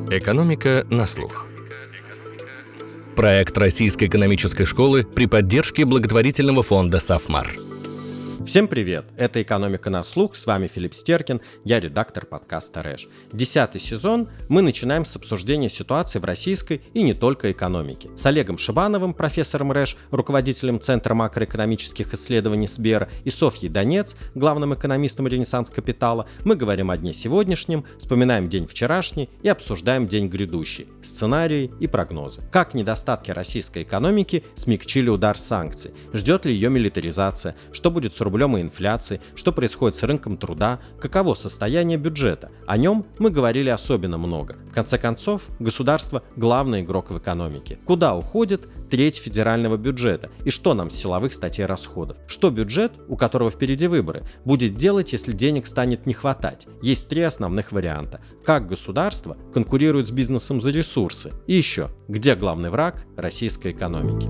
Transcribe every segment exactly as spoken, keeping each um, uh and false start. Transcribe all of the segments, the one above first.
Экономика на слух. Проект Российской экономической школы при поддержке благотворительного фонда «Сафмар». Всем привет! Это «Экономика на слух», с вами Филипп Стеркин, я редактор подкаста РЭШ. Десятый сезон мы начинаем с обсуждения ситуации в российской и не только экономике. С Олегом Шибановым, профессором РЭШ, руководителем Центра макроэкономических исследований Сбера, и Софьей Донец, главным экономистом «Ренессанс Капитала», мы говорим о дне сегодняшнем, вспоминаем день вчерашний и обсуждаем день грядущий, сценарии и прогнозы. Как недостатки российской экономики смягчили удар санкций? Ждет ли ее милитаризация? Что будет с рублем и инфляцией, что происходит с рынком труда, каково состояние бюджета. О нем мы говорили особенно много. В конце концов, государство – главный игрок в экономике. Куда уходит треть федерального бюджета и что нам с силовых статей расходов? Что бюджет, у которого впереди выборы, будет делать, если денег станет не хватать? Есть три основных варианта. Как государство конкурирует с бизнесом за ресурсы? И еще, где главный враг российской экономики?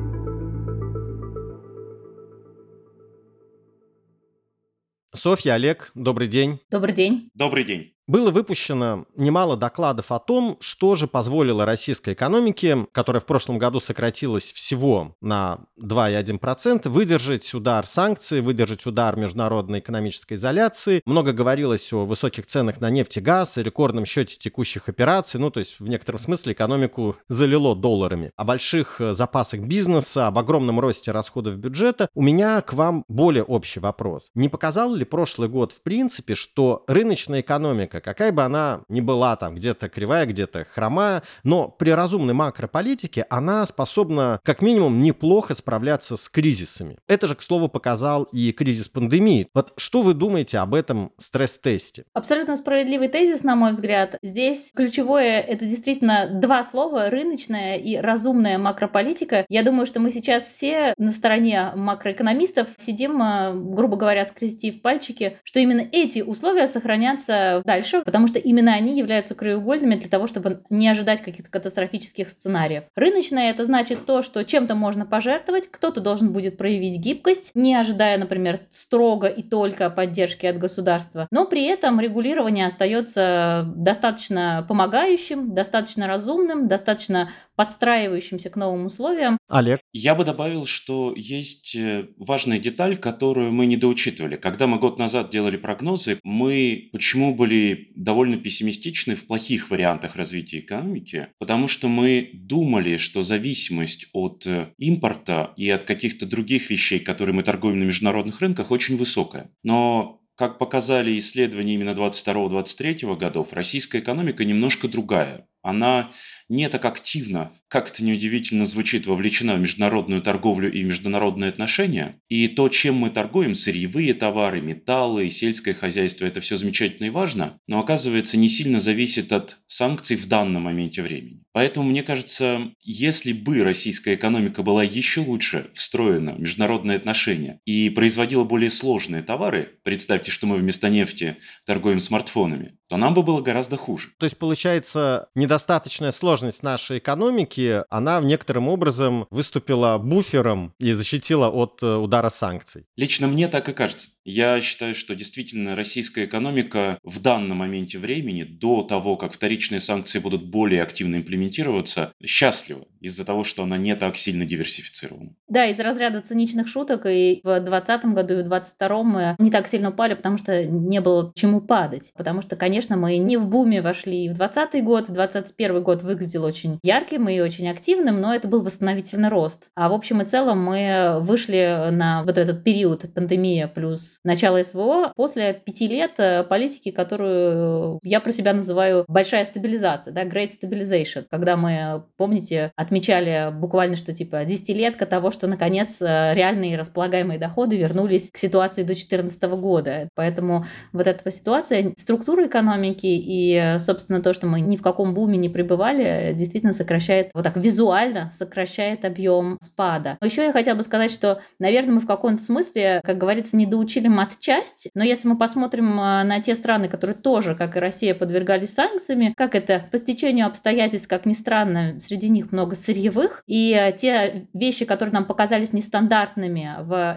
Софья, Олег, добрый день. Добрый день. Добрый день. Было выпущено немало докладов о том, что же позволило российской экономике, которая в прошлом году сократилась всего на два целых одна десятая процента, выдержать удар санкций, выдержать удар международной экономической изоляции. Много говорилось о высоких ценах на нефть и газ, о рекордном счете текущих операций, ну то есть в некотором смысле экономику залило долларами. О больших запасах бизнеса, об огромном росте расходов бюджета. У меня к вам более общий вопрос. Не показал ли прошлый год в принципе, что рыночная экономика, какая бы она ни была там где-то кривая, где-то хромая, но при разумной макрополитике она способна как минимум неплохо справляться с кризисами. Это же, к слову, показал и кризис пандемии. Вот что вы думаете об этом стресс-тесте? Абсолютно справедливый тезис, на мой взгляд. Здесь ключевое — это действительно два слова: рыночная и разумная макрополитика. Я думаю, что мы сейчас все на стороне макроэкономистов сидим, грубо говоря, скрестив пальчики, что именно эти условия сохранятся дальше, потому что именно они являются краеугольными для того, чтобы не ожидать каких-то катастрофических сценариев. Рыночное — это значит то, что чем-то можно пожертвовать, кто-то должен будет проявить гибкость, не ожидая, например, строго и только поддержки от государства, но при этом регулирование остается достаточно помогающим, достаточно разумным, достаточно подстраивающимся к новым условиям. Олег? Я бы добавил, что есть важная деталь, которую мы недоучитывали. Когда мы год назад делали прогнозы, мы почему были довольно пессимистичны в плохих вариантах развития экономики? Потому что мы думали, что зависимость от импорта и от каких-то других вещей, которые мы торгуем на международных рынках, очень высокая. Но как показали исследования именно двадцать второго — двадцать третьего годов, российская экономика немножко другая. Она не так активно, как это неудивительно звучит, вовлечена в международную торговлю и международные отношения. И то, чем мы торгуем, сырьевые товары, металлы, сельское хозяйство, это все замечательно и важно, но оказывается не сильно зависит от санкций в данном моменте времени. Поэтому, мне кажется, если бы российская экономика была еще лучше встроена в международные отношения и производила более сложные товары, представьте, что мы вместо нефти торгуем смартфонами, то нам бы было гораздо хуже. То есть, получается, недостаточная сложность нашей экономики, она некоторым образом выступила буфером и защитила от удара санкций. Лично мне так и кажется. Я считаю, что действительно российская экономика в данном моменте времени, до того, как вторичные санкции будут более активно имплементироваться, счастлива из-за того, что она не так сильно диверсифицирована. Да, из разряда циничных шуток и в двадцатом году, и в двадцать втором мы не так сильно упали, потому что не было чему падать. Потому что, конечно, мы не в буме вошли в двадцатый год, двадцать первый год выглядел очень ярким и очень активным, но это был восстановительный рост. А в общем и целом мы вышли на вот этот период пандемия плюс начало СВО после пяти лет политики, которую я про себя называю большая стабилизация, да, great stabilization, когда мы, помните, отмечали буквально, что типа десятилетка того, что наконец реальные располагаемые доходы вернулись к ситуации до две тысячи четырнадцатого года. Поэтому вот эта ситуация, структура экономики и, собственно, то, что мы ни в каком буме не пребывали, действительно сокращает, вот так визуально сокращает объем спада. Еще я хотела бы сказать, что, наверное, мы в каком-то смысле, как говорится, недоучили матчасть, но если мы посмотрим на те страны, которые тоже, как и Россия, подвергались санкциями, как это по стечению обстоятельств, как ни странно, среди них много сырьевых, и те вещи, которые нам показались нестандартными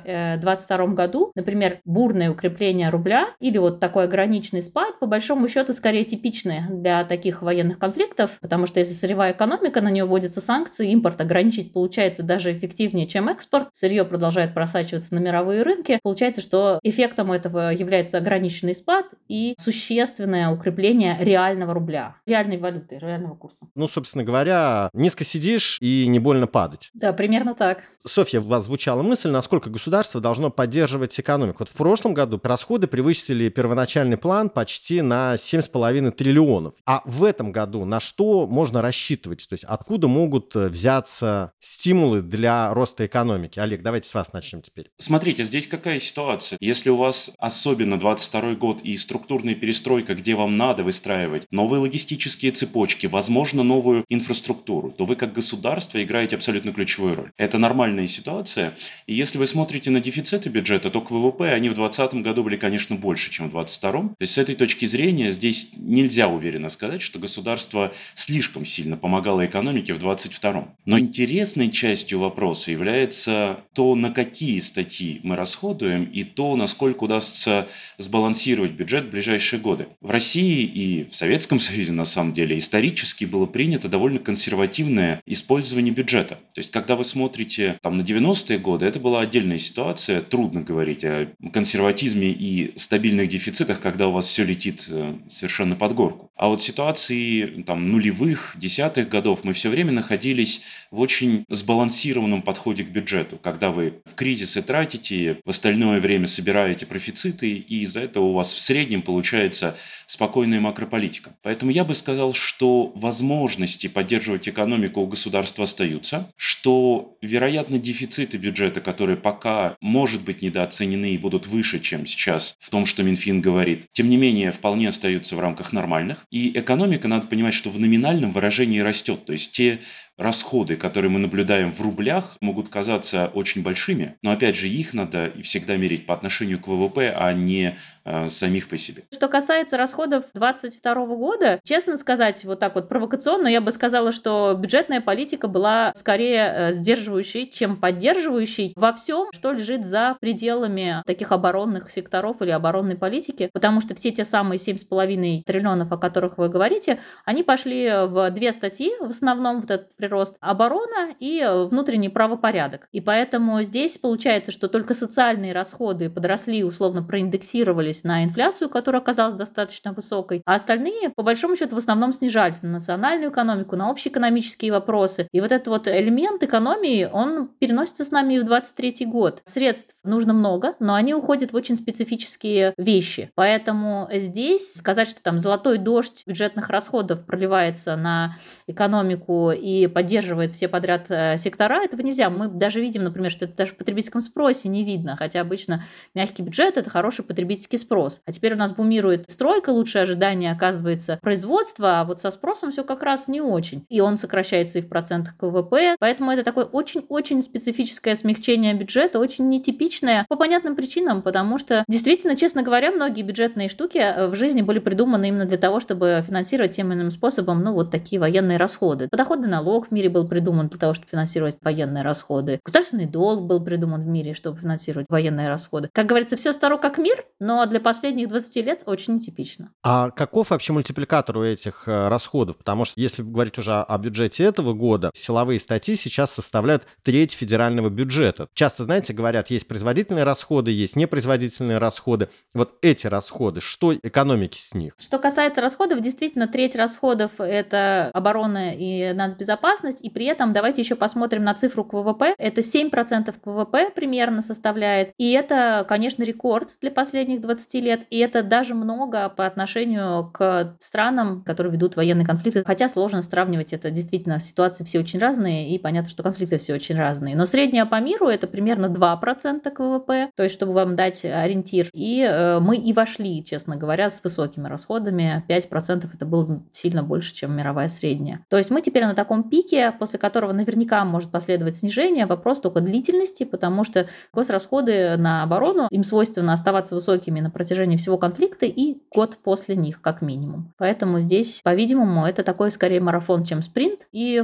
в двадцать втором году, например, бурное укрепление рубля или вот такой граничный спад, по большому счету, скорее типичны для таких военных конфликтов, потому что если сырьевая экономика, на нее вводятся санкции, импорт ограничить получается даже эффективнее, чем экспорт, сырье продолжает просачиваться на мировые рынки, получается, что эффектом этого является ограниченный спад и существенное укрепление реального рубля, реальной валюты, реального курса. Ну, собственно говоря, низко сидишь и не больно падать. Да, примерно так. Софья, у вас звучала мысль, насколько государство должно поддерживать экономику. Вот в прошлом году расходы превысили первоначальный план почти на семь с половиной триллионов. А в этом году на что можно рассчитывать? То есть откуда могут взяться стимулы для роста экономики? Олег, давайте с вас начнем теперь. Смотрите, здесь какая ситуация? Если у вас особенно двадцать второй год и структурная перестройка, где вам надо выстраивать новые логистические цепочки, возможно, новую инфраструктуру, то вы как государство играете абсолютно ключевую роль. Это нормальная ситуация. И если вы смотрите на дефициты бюджета, то к ВВП они в двадцатом году были, конечно, больше, чем в двадцать втором. То есть с этой точки зрения здесь нельзя уверенно сказать, что государство слишком сильно помогало экономике в двадцать втором. Но интересной частью вопроса является то, на какие статьи мы расходуем, и то, насколько удастся сбалансировать бюджет в ближайшие годы. В России и в Советском Союзе, на самом деле, исторически было принято довольно консервативное использование бюджета. То есть, когда вы смотрите там, на девяностые годы, это была отдельная ситуация. Трудно говорить о консерватизме и стабильных дефицитах, когда у вас все летит э, совершенно под горку. А вот ситуации там, нулевых, десятых годов мы все время находились в очень сбалансированном подходе к бюджету, когда вы в кризисы тратите, в остальное время собираете профициты, и из-за этого у вас в среднем получается спокойная макрополитика. Поэтому я бы сказал, что возможности поддерживать экономику у государства остаются, что, вероятно, дефициты бюджета, которые пока, может быть, недооценены и будут выше, чем сейчас в том, что Минфин говорит, тем не менее, вполне остаются в рамках нормальных. И экономика, надо понимать, что в номинальном выражении растет. То есть те расходы, которые мы наблюдаем в рублях, могут казаться очень большими, но, опять же, их надо всегда мерить по отношению к ВВП, а не э, самих по себе. Что касается расходов двадцать второго года, честно сказать, вот так вот провокационно, я бы сказала, что бюджетная политика была скорее э, сдерживающей, чем поддерживающей во всем, что лежит за пределами таких оборонных секторов или оборонной политики, потому что все те самые семь с половиной триллионов, о которых вы говорите, они пошли в две статьи, в основном вот этот прирост оборона и внутренний правопорядок. И поэтому здесь получается, что только социальные расходы подросли, условно проиндексировались на инфляцию, которая оказалась достаточно высокой, а остальные, по большому счету, в основном снижались на национальную экономику, на общеэкономические вопросы. И вот этот вот элемент экономии, он переносится с нами и в двадцать третий год. Средств нужно много, но они уходят в очень специфические вещи. Поэтому здесь сказать, что там золотой дождь бюджетных расходов проливается на экономику и поддерживает все подряд сектора, этого нельзя. Мы даже видим, например, что это даже в потребительском спросе не видно, хотя обычно мягкий бюджет – это хороший потребительский спрос. А теперь у нас бумирует стройка, лучшее ожидание оказывается производство, а вот со спросом все как раз не очень. И он сокращается и в процентах к ВВП, поэтому это такое очень-очень специфическое смягчение бюджета, очень нетипичное по понятным причинам, потому что действительно, честно говоря, многие бюджетные штуки в жизни были придуманы именно для того, чтобы финансировать тем или иным способом, ну, вот такие военные расходы. Подоходный налог в мире был придуман для того, чтобы финансировать военные расходы. Государственный долг был придуман в мире, чтобы финансировать военные расходы. Как говорится, все старо как мир, но для последних двадцати лет очень нетипично. А каков вообще мультипликатор у этих э, расходов? Потому что если говорить уже о, о бюджете этого года, силовые статьи сейчас составляют треть федерального бюджета. Часто, знаете, говорят, есть производительные расходы, есть непроизводительные расходы. Вот эти расходы, что экономики с них? Что касается расходов, действительно, треть расходов – это оборона и нацбезопасность, и при этом давайте еще посмотрим на цифру к ВВП. Это семь процентов к ВВП примерно составляет, и это, конечно, рекорд для последних двадцати лет, и это даже много по отношению к странам, которые ведут военные конфликты, хотя сложно сравнивать это, действительно, ситуации все очень разные, и понятно, что конфликты все очень разные. Но средняя по миру это примерно два процента к ВВП, то есть, чтобы вам дать ориентир, и э, мы и вошли, честно говоря, с высокими расходами, пять процентов это было сильно больше, чем мировая средняя. То есть мы теперь на таком пике, после которого наверняка может последовать снижение, вопрос только длительности, потому что госрасходы на оборону, им свойственно оставаться высокими на протяжении всего конфликта и год после них, как минимум. Поэтому здесь, по-видимому, это такой скорее марафон, чем спринт. И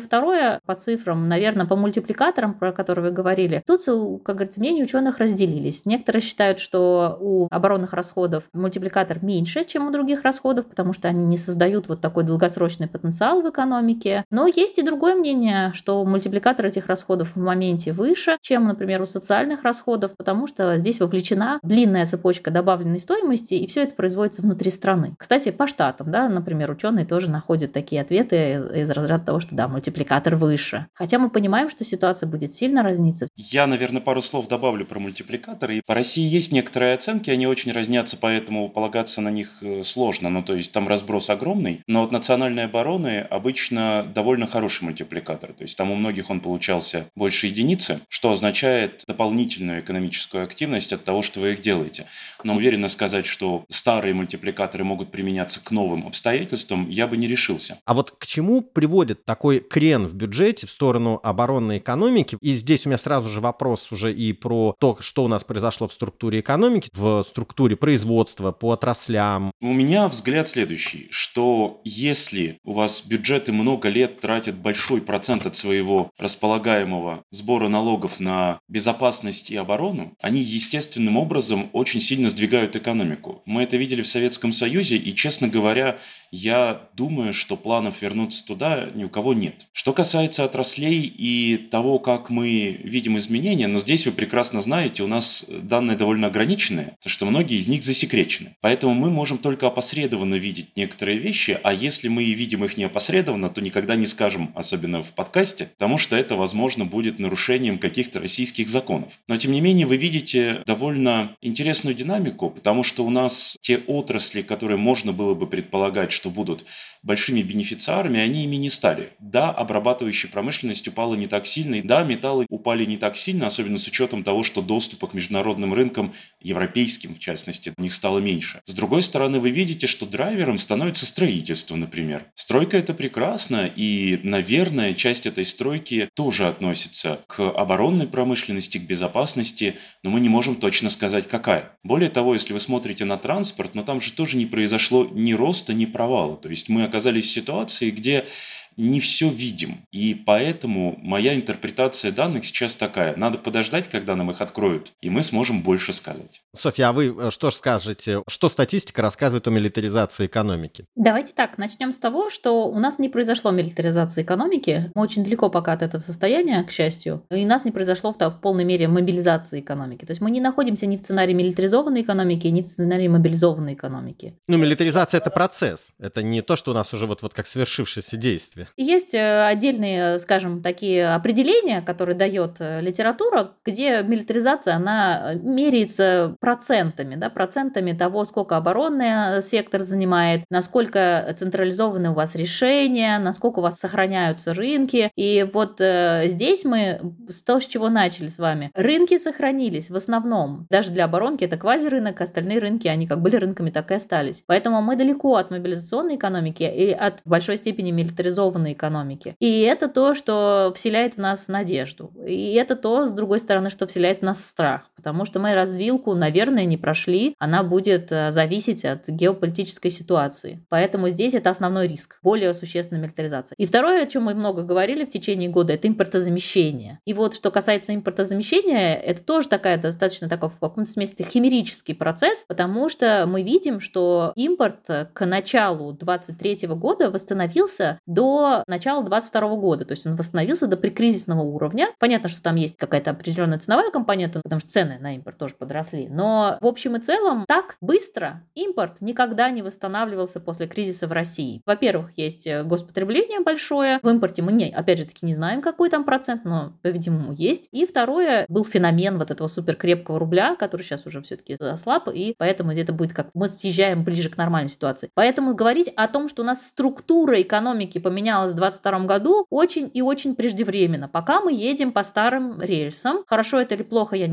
второе, по цифрам, наверное, по мультипликаторам, про которые вы говорили, тут, как говорится, мнения ученых разделились. Некоторые считают, что у оборонных расходов мультипликатор меньше, чем у других расходов, потому что они не создают вот такой долгосрочный потенциал в экономике. Но есть и другое мнение, что мультипликатор этих расходов в моменте выше, чем, например, у социальных расходов, потому что здесь вовлечена длинная цепочка добавленной стоимости, и все это производится внутри страны. Кстати, по штатам, да, например, ученые тоже находят такие ответы из разряда того, что да, мультипликатор выше. Хотя мы понимаем, что ситуация будет сильно разниться. Я, наверное, пару слов добавлю про мультипликаторы. По России есть некоторые оценки, они очень разнятся, поэтому полагаться на них сложно. Ну, то есть там разброс огромный, но вот национальной обороны обычно довольно хороший мультипликатор. То есть там у многих он получался больше единицы, что означает дополнительную экономическую активность от того, что вы их делаете. Но уверенно сказать, что старые мультипликаторы могут применяться к новым обстоятельствам, я бы не решился. А вот к чему приводит такой крен в бюджете в сторону оборонной экономики? И здесь у меня сразу же вопрос уже и про то, что у нас произошло в структуре экономики, в структуре производства, по отраслям. У меня взгляд следующий, что если у вас бюджеты много лет тратят большой процент от своего располагаемого сбора налогов на безопасность и оборону, они естественным образом очень сильно сдвигают экономику. Мы это видели в Советском Союзе, и, честно говоря, я думаю, что планов вернуться туда ни у кого нет. Что касается отраслей и того, как мы видим изменения, но здесь вы прекрасно знаете, у нас данные довольно ограниченные, потому что многие из них засекречены. Поэтому мы можем только опосредованно видеть некоторые вещи, а если мы и видим их не опосредованно, то никогда не скажем, особенно в подкасте, потому что это, возможно, будет нарушением каких-то российских законов. Но, тем не менее, вы видите довольно интересную динамику, потому что у нас те отрасли, которые можно было бы предполагать, что будут большими бенефициарами, они ими не стали. Да, обрабатывающая промышленность упала не так сильно, и да, металлы упали не так сильно, особенно с учетом того, что доступа к международным рынкам, европейским в частности, у них стало меньше. С другой стороны, вы видите, что драйвером становится строительство, например. Стройка – это прекрасно, и, наверное, часть этой стройки тоже относится к оборонной промышленности, к безопасности, но мы не можем точно сказать, какая. Более того, если вы смотрите на транспорт, но там же тоже не произошло ни роста, ни провала. То есть мы оказались в ситуации, где не все видим. И поэтому моя интерпретация данных сейчас такая. Надо подождать, когда нам их откроют, и мы сможем больше сказать. Софья, а вы что же скажете? Что статистика рассказывает о милитаризации экономики? Давайте так, начнем с того, что у нас не произошло милитаризации экономики. Мы очень далеко пока от этого состояния, к счастью. И у нас не произошло в, в полной мере мобилизации экономики. То есть мы не находимся ни в сценарии милитаризованной экономики, ни в сценарии мобилизованной экономики. Ну, милитаризация – это процесс. Это не то, что у нас уже вот, вот как совершившееся действие. Есть отдельные, скажем, такие определения, которые дает литература, где милитаризация, она меряется процентами, да, процентами того, сколько оборонный сектор занимает, насколько централизованы у вас решения, насколько у вас сохраняются рынки. И вот э, здесь мы с того, с чего начали с вами. Рынки сохранились в основном. Даже для оборонки это квазирынок, остальные рынки, они как были рынками, так и остались. Поэтому мы далеко от мобилизационной экономики и от большой степени милитаризованной экономики. И это то, что вселяет в нас надежду. И это то, с другой стороны, что вселяет в нас страх. Потому что мы развилку, наверное, не прошли. Она будет зависеть от геополитической ситуации. Поэтому здесь это основной риск. Более существенная милитаризация. И второе, о чем мы много говорили в течение года, это импортозамещение. И вот что касается импортозамещения, это тоже такая достаточно такой в каком-то смысле химерический процесс, потому что мы видим, что импорт к началу двадцать третьего года восстановился до начала двадцать второго года. То есть он восстановился до прикризисного уровня. Понятно, что там есть какая-то определенная ценовая компонента, потому что цены на импорт тоже подросли. Но в общем и целом так быстро импорт никогда не восстанавливался после кризиса в России. Во-первых, есть госпотребление большое. В импорте мы, не, опять же таки, не знаем, какой там процент, но, по-видимому, есть. И второе, был феномен вот этого суперкрепкого рубля, который сейчас уже все-таки ослаб, и поэтому где-то будет как мы съезжаем ближе к нормальной ситуации. Поэтому говорить о том, что у нас структура экономики поменялась в двадцать втором году, очень и очень преждевременно. Пока мы едем по старым рельсам. Хорошо это или плохо, я не знаю. Я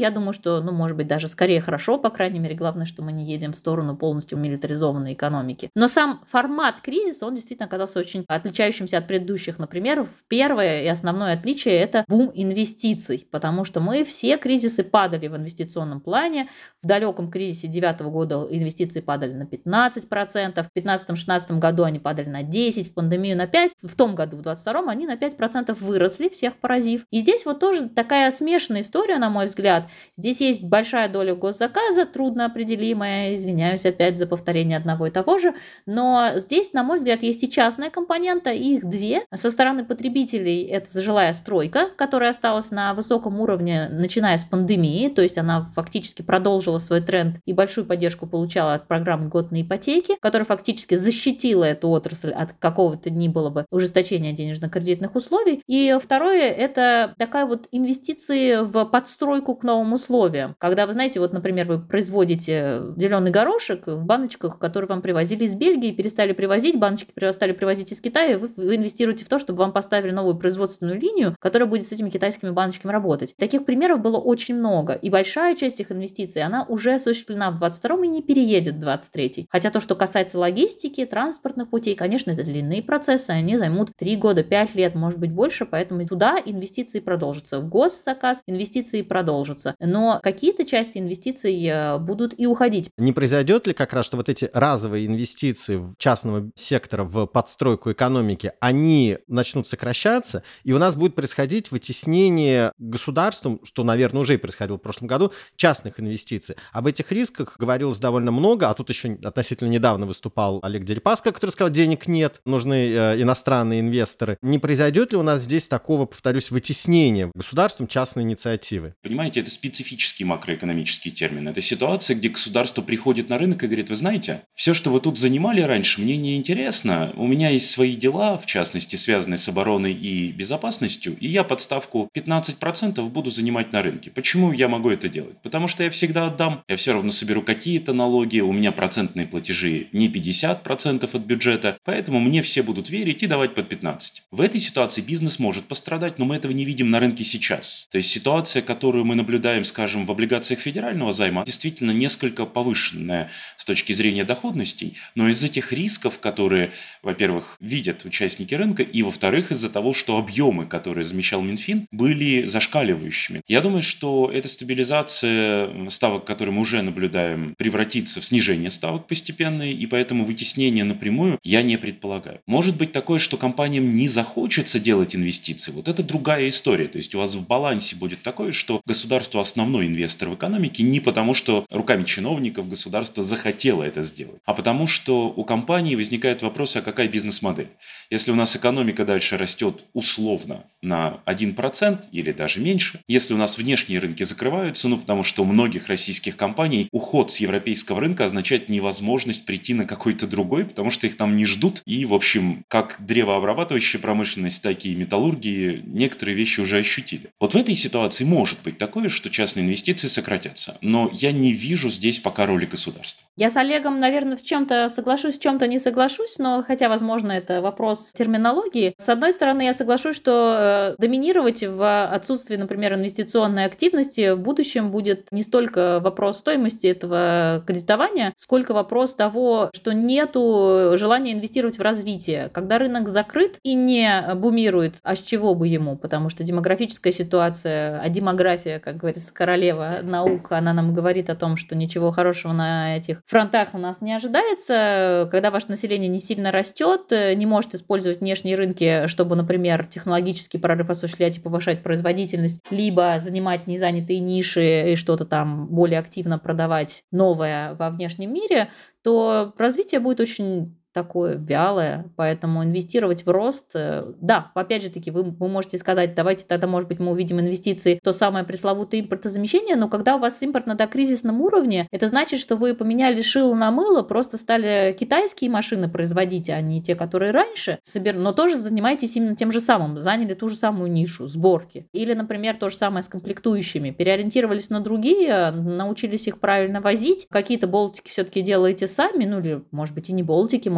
Я думаю, что, ну, может быть, даже скорее хорошо, по крайней мере, главное, что мы не едем в сторону полностью милитаризованной экономики. Но сам формат кризиса, он действительно оказался очень отличающимся от предыдущих. Например, первое и основное отличие – это бум инвестиций, потому что мы все кризисы падали в инвестиционном плане. В далеком кризисе девятого года инвестиции падали на пятнадцать процентов, в пятнадцатом-шестнадцатом году они падали на десять процентов, в пандемию на пять процентов, в том году, в двадцать втором, они на пять процентов выросли, всех поразив. И здесь вот тоже такая смешанная история, на мой взгляд. Здесь есть большая доля госзаказа, трудно определимая, извиняюсь опять за повторение одного и того же, но здесь, на мой взгляд, есть и частная компонента, и их две. Со стороны потребителей это жилая стройка, которая осталась на высоком уровне, начиная с пандемии, то есть она фактически продолжила свой тренд и большую поддержку получала от программы льготной ипотеки, которая фактически защитила эту отрасль от какого-то ни было бы ужесточения денежно-кредитных условий. И второе, это такая вот инвестиции в подстройку к новым условиям. Когда, вы знаете, вот, например, вы производите зеленый горошек в баночках, которые вам привозили из Бельгии, перестали привозить, баночки перестали привозить из Китая, вы, вы инвестируете в то, чтобы вам поставили новую производственную линию, которая будет с этими китайскими баночками работать. Таких примеров было очень много, и большая часть их инвестиций, она уже осуществлена в двадцать втором и не переедет в двадцать третий. Хотя то, что касается логистики, транспортных путей, конечно, это длинные процессы, они займут три года, пять лет, может быть, больше, поэтому туда инвестиции продолжатся. В госзаказ инвестиции продолжатся. Но какие-то части инвестиций будут и уходить. Не произойдет ли как раз, что вот эти разовые инвестиции частного сектора в подстройку экономики, они начнут сокращаться, и у нас будет происходить вытеснение государством, что, наверное, уже и происходило в прошлом году, частных инвестиций. Об этих рисках говорилось довольно много, а тут еще относительно недавно выступал Олег Дерипаска, который сказал, денег нет, нужны э, иностранные инвесторы. Не произойдет ли у нас здесь такого, повторюсь, вытеснения государством частной инициативы? Понимаете, это специфический макроэкономический термин. Это ситуация, где государство приходит на рынок и говорит, вы знаете, все, что вы тут занимали раньше, мне не интересно. У меня есть свои дела, в частности, связанные с обороной и безопасностью, и я подставку пятнадцать процентов буду занимать на рынке. Почему я могу это делать? Потому что я всегда отдам, я все равно соберу какие-то налоги, у меня процентные платежи не пятьдесят процентов от бюджета, поэтому мне все будут верить и давать под пятнадцать. В этой ситуации бизнес может пострадать, но мы этого не видим на рынке сейчас. То есть ситуация, которую мы наблюдаем, скажем, в облигациях федерального займа, действительно несколько повышенная с точки зрения доходностей, но из этих рисков, которые, во-первых, видят участники рынка, и, во-вторых, из-за того, что объемы, которые замещал Минфин, были зашкаливающими. Я думаю, что эта стабилизация ставок, которые мы уже наблюдаем, превратится в снижение ставок постепенные, и поэтому вытеснение напрямую я не предполагаю. Может быть такое, что компаниям не захочется делать инвестиции. Вот это другая история. То есть у вас в балансе будет такое, что государство основной инвестор в экономике не потому, что руками чиновников государство захотело это сделать, а потому что у компании возникает вопрос, а какая бизнес-модель? Если у нас экономика дальше растет условно на один процент или даже меньше, если у нас внешние рынки закрываются, ну потому что у многих российских компаний уход с европейского рынка означает невозможность прийти на какой-то другой, потому что их там не ждут. И, в общем, как древообрабатывающая промышленность, так и металлургии некоторые вещи уже ощутили. Вот в этой ситуации может быть такое, что частные инвестиции сократятся. Но я не вижу здесь пока роли государства. Я с Олегом, наверное, в чем-то соглашусь, в чем-то не соглашусь, но хотя, возможно, это вопрос терминологии. С одной стороны, я соглашусь, что э, доминировать в отсутствии, например, инвестиционной активности в будущем будет не столько вопрос стоимости этого кредитования, сколько вопрос того, что нету желания инвестировать в развитие. Когда рынок закрыт и не бумирует, а с чего бы ему? Потому что демографическая ситуация, а демография, как говорится, королева наук, она нам говорит о том, что ничего хорошего на этих фронтах у нас не ожидается. Когда ваше население не сильно растет, не может использовать внешние рынки, чтобы, например, технологический прорыв осуществлять и повышать производительность, либо занимать незанятые ниши и что-то там более активно продавать новое во внешнем мире, то развитие будет очень такое вялое, поэтому инвестировать в рост, да, опять же таки, вы, вы можете сказать, давайте тогда, может быть, мы увидим инвестиции, то самое пресловутое импортозамещение, но когда у вас импорт на докризисном уровне, это значит, что вы поменяли шило на мыло, просто стали китайские машины производить, а не те, которые раньше, но тоже занимаетесь именно тем же самым, заняли ту же самую нишу, сборки. Или, например, то же самое с комплектующими, переориентировались на другие, научились их правильно возить, какие-то болтики все-таки делаете сами, ну или, может быть, и не болтики, может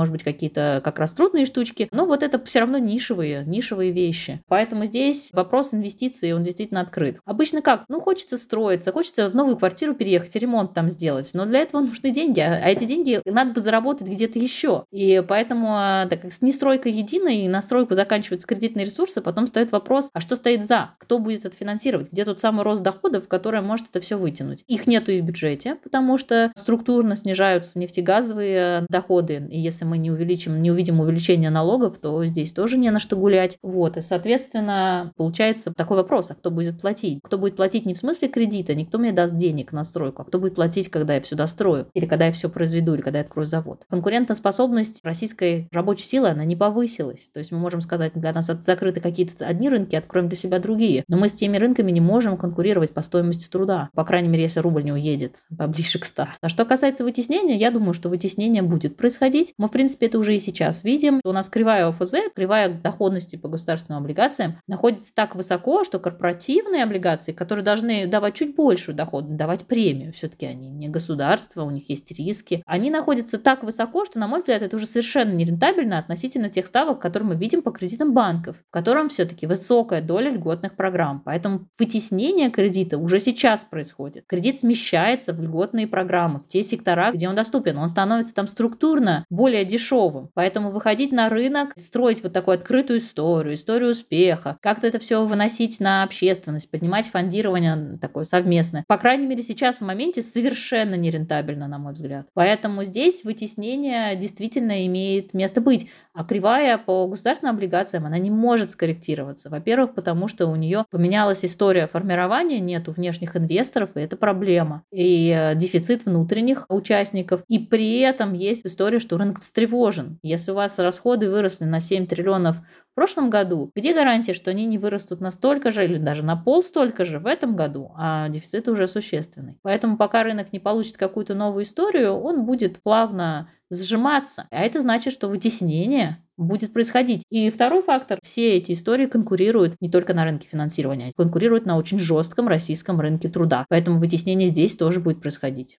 может быть, какие-то как раз трудные штучки, но вот это все равно нишевые, нишевые вещи. Поэтому здесь вопрос инвестиций, он действительно открыт. Обычно как? Ну, хочется строиться, хочется в новую квартиру переехать, ремонт там сделать, но для этого нужны деньги, а эти деньги надо бы заработать где-то еще. И поэтому так как с нестройкой единой, на стройку заканчиваются кредитные ресурсы, потом встает вопрос, а что стоит за? Кто будет это финансировать? Где тот самый рост доходов, который может это все вытянуть? Их нету и в бюджете, потому что структурно снижаются нефтегазовые доходы, и если мы не увеличим, не увидим увеличение налогов, то здесь тоже не на что гулять. Вот, и, соответственно, получается такой вопрос, а кто будет платить? Кто будет платить не в смысле кредита, никто мне даст денег на стройку, а кто будет платить, когда я все дострою, или когда я все произведу, или когда я открою завод? Конкурентоспособность российской рабочей силы, она не повысилась. То есть мы можем сказать, для нас закрыты какие-то одни рынки, откроем для себя другие. Но мы с теми рынками не можем конкурировать по стоимости труда. По крайней мере, если рубль не уедет поближе к ста. А что касается вытеснения, я думаю, что вытеснение будет происходить. Мы, в принципе, это уже и сейчас видим. У нас кривая ОФЗ, кривая доходности по государственным облигациям, находится так высоко, что корпоративные облигации, которые должны давать чуть большую доходность, давать премию, все-таки они не государство, у них есть риски, они находятся так высоко, что, на мой взгляд, это уже совершенно нерентабельно относительно тех ставок, которые мы видим по кредитам банков, в котором все-таки высокая доля льготных программ. Поэтому вытеснение кредита уже сейчас происходит. Кредит смещается в льготные программы, в те сектора, где он доступен. Он становится там структурно более дешевым. Поэтому выходить на рынок, строить вот такую открытую историю, историю успеха, как-то это все выносить на общественность, поднимать фондирование такое совместное. По крайней мере, сейчас в моменте совершенно нерентабельно, на мой взгляд. Поэтому здесь вытеснение действительно имеет место быть. А кривая по государственным облигациям, она не может скорректироваться. Во-первых, потому что у нее поменялась история формирования, нету внешних инвесторов, и это проблема. И дефицит внутренних участников. И при этом есть история, что рынок встревожен. Если у вас расходы выросли на семь триллионов в прошлом году, где гарантия, что они не вырастут на столько же или даже на пол столько же в этом году, а дефицит уже существенный. Поэтому пока рынок не получит какую-то новую историю, он будет плавно сжиматься. А это значит, что вытеснение будет происходить. И второй фактор. Все эти истории конкурируют не только на рынке финансирования, а конкурируют на очень жестком российском рынке труда. Поэтому вытеснение здесь тоже будет происходить.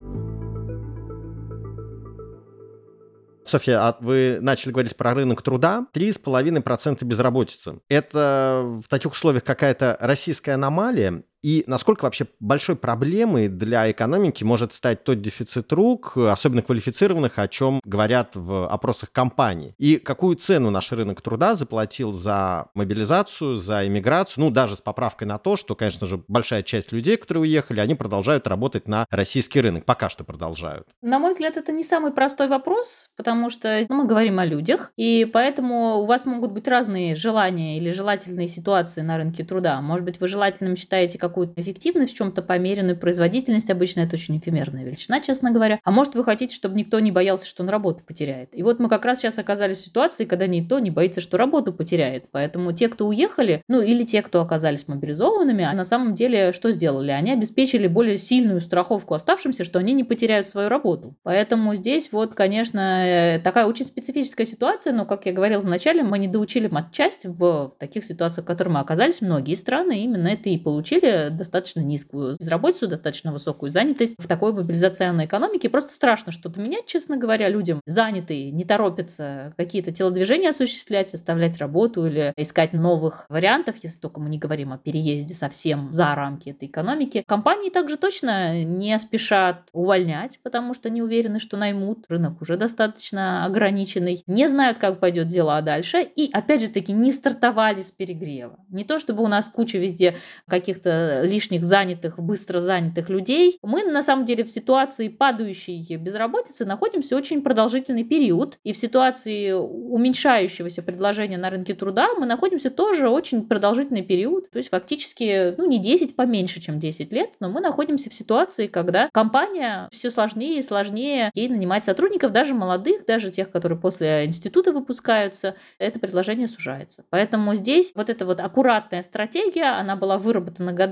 Софья, а вы начали говорить про рынок труда. три с половиной процента безработицы. Это в таких условиях какая-то российская аномалия? И насколько вообще большой проблемой для экономики может стать тот дефицит рук, особенно квалифицированных, о чем говорят в опросах компаний? И какую цену наш рынок труда заплатил за мобилизацию, за иммиграцию? Ну, даже с поправкой на то, что, конечно же, большая часть людей, которые уехали, они продолжают работать на российский рынок. Пока что продолжают. На мой взгляд, это не самый простой вопрос, потому что ну, мы говорим о людях, и поэтому у вас могут быть разные желания или желательные ситуации на рынке труда. Может быть, вы желательным считаете какую-то эффективность в чем-то померенную, производительность, обычно это очень эфемерная величина, честно говоря. А может, вы хотите, чтобы никто не боялся, что он работу потеряет. И вот мы как раз сейчас оказались в ситуации, когда никто не боится, что работу потеряет. Поэтому те, кто уехали, ну или те, кто оказались мобилизованными, а на самом деле что сделали? Они обеспечили более сильную страховку оставшимся, что они не потеряют свою работу. Поэтому здесь вот, конечно, такая очень специфическая ситуация, но, как я говорила вначале, мы не доучили матчасть в таких ситуациях, в которых мы оказались. Многие страны именно это и получили достаточно низкую безработицу, достаточно высокую занятость в такой мобилизационной экономике. Просто страшно что-то менять, честно говоря, людям занятые, не торопятся какие-то телодвижения осуществлять, оставлять работу или искать новых вариантов, если только мы не говорим о переезде совсем за рамки этой экономики. Компании также точно не спешат увольнять, потому что не уверены, что наймут. Рынок уже достаточно ограниченный. Не знают, как пойдет дела дальше. И, опять же таки, не стартовали с перегрева. Не то, чтобы у нас куча везде каких-то лишних занятых, быстро занятых людей. Мы, на самом деле, в ситуации падающей безработицы находимся очень продолжительный период. И в ситуации уменьшающегося предложения на рынке труда мы находимся тоже очень продолжительный период. То есть, фактически, ну, не десять, поменьше, чем десять лет, но мы находимся в ситуации, когда компания все сложнее и сложнее ей нанимать сотрудников, даже молодых, даже тех, которые после института выпускаются, это предложение сужается. Поэтому здесь вот эта вот аккуратная стратегия, она была выработана годами,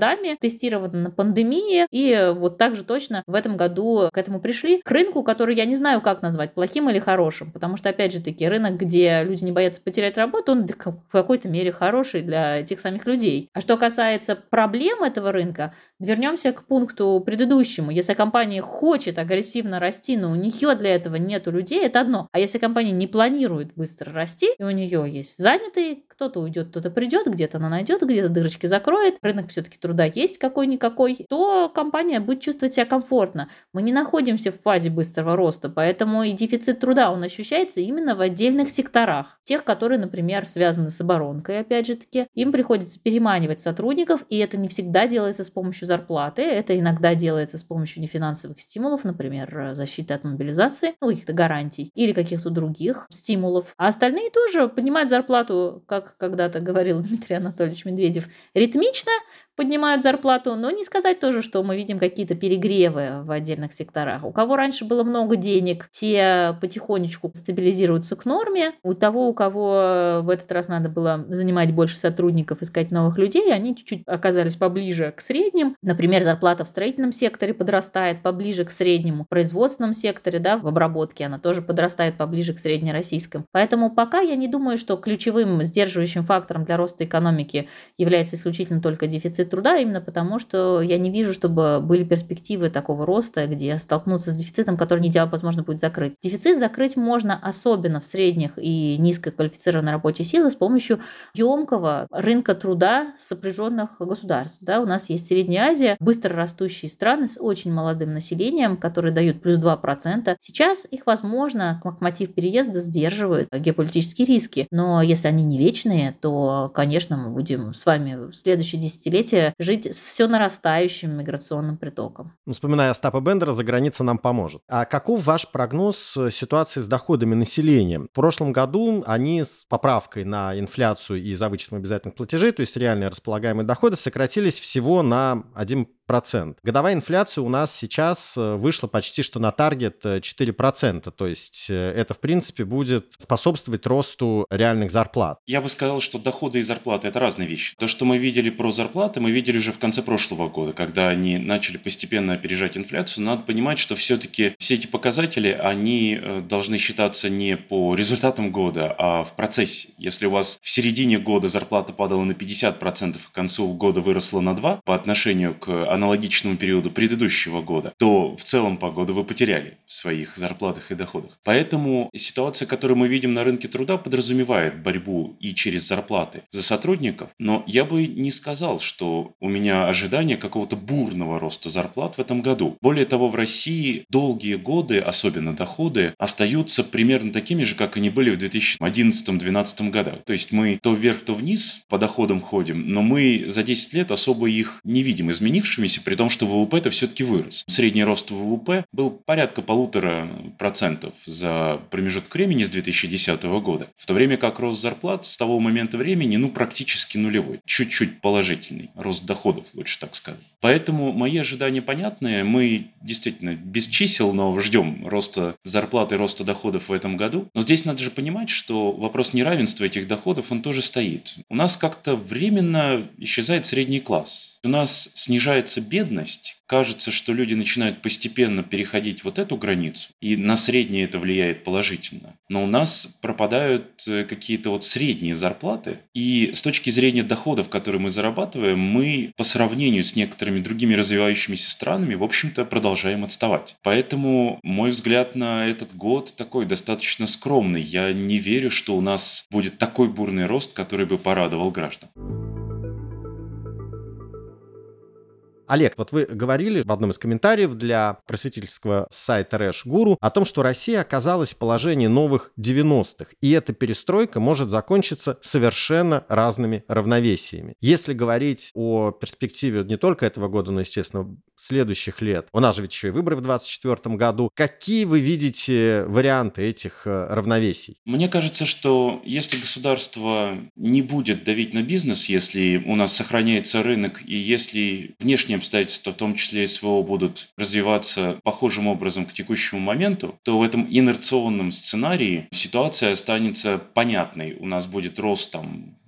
годами, тестировано на пандемии, и вот так же точно в этом году к этому пришли. К рынку, который я не знаю, как назвать, плохим или хорошим, потому что, опять же таки, рынок, где люди не боятся потерять работу, он в какой-то мере хороший для этих самих людей. А что касается проблем этого рынка, вернемся к пункту предыдущему. Если компания хочет агрессивно расти, но у нее для этого нету людей, это одно. А если компания не планирует быстро расти, и у нее есть занятые, кто-то уйдет, кто-то придет, где-то она найдет, где-то дырочки закроет, рынок все-таки труда есть какой-никакой, то компания будет чувствовать себя комфортно. Мы не находимся в фазе быстрого роста, поэтому и дефицит труда, он ощущается именно в отдельных секторах. Тех, которые, например, связаны с оборонкой, опять же таки, им приходится переманивать сотрудников, и это не всегда делается с помощью зарплаты, это иногда делается с помощью нефинансовых стимулов, например, защиты от мобилизации, ну, каких-то гарантий, или каких-то других стимулов. А остальные тоже поднимают зарплату, как когда-то говорил Дмитрий Анатольевич Медведев, ритмично поднимают зарплату, но не сказать тоже, что мы видим какие-то перегревы в отдельных секторах. У кого раньше было много денег, те потихонечку стабилизируются к норме. У того, у кого в этот раз надо было занимать больше сотрудников, искать новых людей, они чуть-чуть оказались поближе к средним. Например, зарплата в строительном секторе подрастает поближе к среднему. В производственном секторе, да, в обработке она тоже подрастает поближе к среднероссийскому. Поэтому пока я не думаю, что ключевым сдерживающим фактором для роста экономики является исключительно только дефицит труда, именно потому, что я не вижу, чтобы были перспективы такого роста, где столкнуться с дефицитом, который невозможно будет закрыть. Дефицит закрыть можно особенно в средних и низкоквалифицированной рабочей силы с помощью емкого рынка труда сопряженных государств. Да, у нас есть Средняя Азия, быстро растущие страны с очень молодым населением, которые дают плюс два процента. Сейчас их, возможно, локомотив переезда сдерживает геополитические риски. Но если они не вечные, то, конечно, мы будем с вами в следующее десятилетие жить с все нарастающим миграционным притоком. Вспоминая Остапа Бендера, «За граница нам поможет». А каков ваш прогноз ситуации с доходами населения? В прошлом году они с поправкой на инфляцию и за вычетом обязательных платежей, то есть реальные располагаемые доходы, сократились всего на один процент. Годовая инфляция у нас сейчас вышла почти что на таргет четыре процента, то есть это, в принципе, будет способствовать росту реальных зарплат. Я бы сказал, что доходы и зарплаты – это разные вещи. То, что мы видели про зарплаты, мы видели уже в конце прошлого года, когда они начали постепенно опережать инфляцию. Надо понимать, что все-таки все эти показатели, они должны считаться не по результатам года, а в процессе. Если у вас в середине года зарплата падала на пятьдесят процентов, к концу года выросла на два процента по отношению к аналогичному периоду предыдущего года, то в целом по году вы потеряли в своих зарплатах и доходах. Поэтому ситуация, которую мы видим на рынке труда, подразумевает борьбу и через зарплаты за сотрудников, но я бы не сказал, что у меня ожидание какого-то бурного роста зарплат в этом году. Более того, в России долгие годы, особенно доходы, остаются примерно такими же, как они были в две тысячи одиннадцатом-двенадцатом годах. То есть мы то вверх, то вниз по доходам ходим, но мы за десять лет особо их не видим изменившимися, при том, что ВВП-то все-таки вырос. Средний рост ВВП был порядка полутора процентов за промежуток времени с две тысячи десятого года, в то время как рост зарплат с того момента времени, ну, практически нулевой, чуть-чуть положительный, рост доходов, лучше так сказать. Поэтому мои ожидания понятные, мы действительно без чисел, но ждем роста зарплат и роста доходов в этом году. Но здесь надо же понимать, что вопрос неравенства этих доходов, он тоже стоит. У нас как-то временно исчезает средний класс. У нас снижается бедность, кажется, что люди начинают постепенно переходить вот эту границу, и на среднее это влияет положительно. Но у нас пропадают какие-то вот средние зарплаты, и с точки зрения доходов, которые мы зарабатываем, мы по сравнению с некоторыми другими развивающимися странами, в общем-то, продолжаем отставать. Поэтому мой взгляд на этот год такой достаточно скромный. Я не верю, что у нас будет такой бурный рост, который бы порадовал граждан. Олег, вот вы говорили в одном из комментариев для просветительского сайта Рэш Гуру о том, что Россия оказалась в положении новых девяностых, и эта перестройка может закончиться совершенно разными равновесиями. Если говорить о перспективе не только этого года, но, естественно, следующих лет, у нас же ведь еще и выборы в двадцать четвёртом году, какие вы видите варианты этих равновесий? Мне кажется, что если государство не будет давить на бизнес, если у нас сохраняется рынок, и если внешние обстоятельства, в том числе СВО, будут развиваться похожим образом к текущему моменту, то в этом инерционном сценарии ситуация останется понятной. У нас будет рост там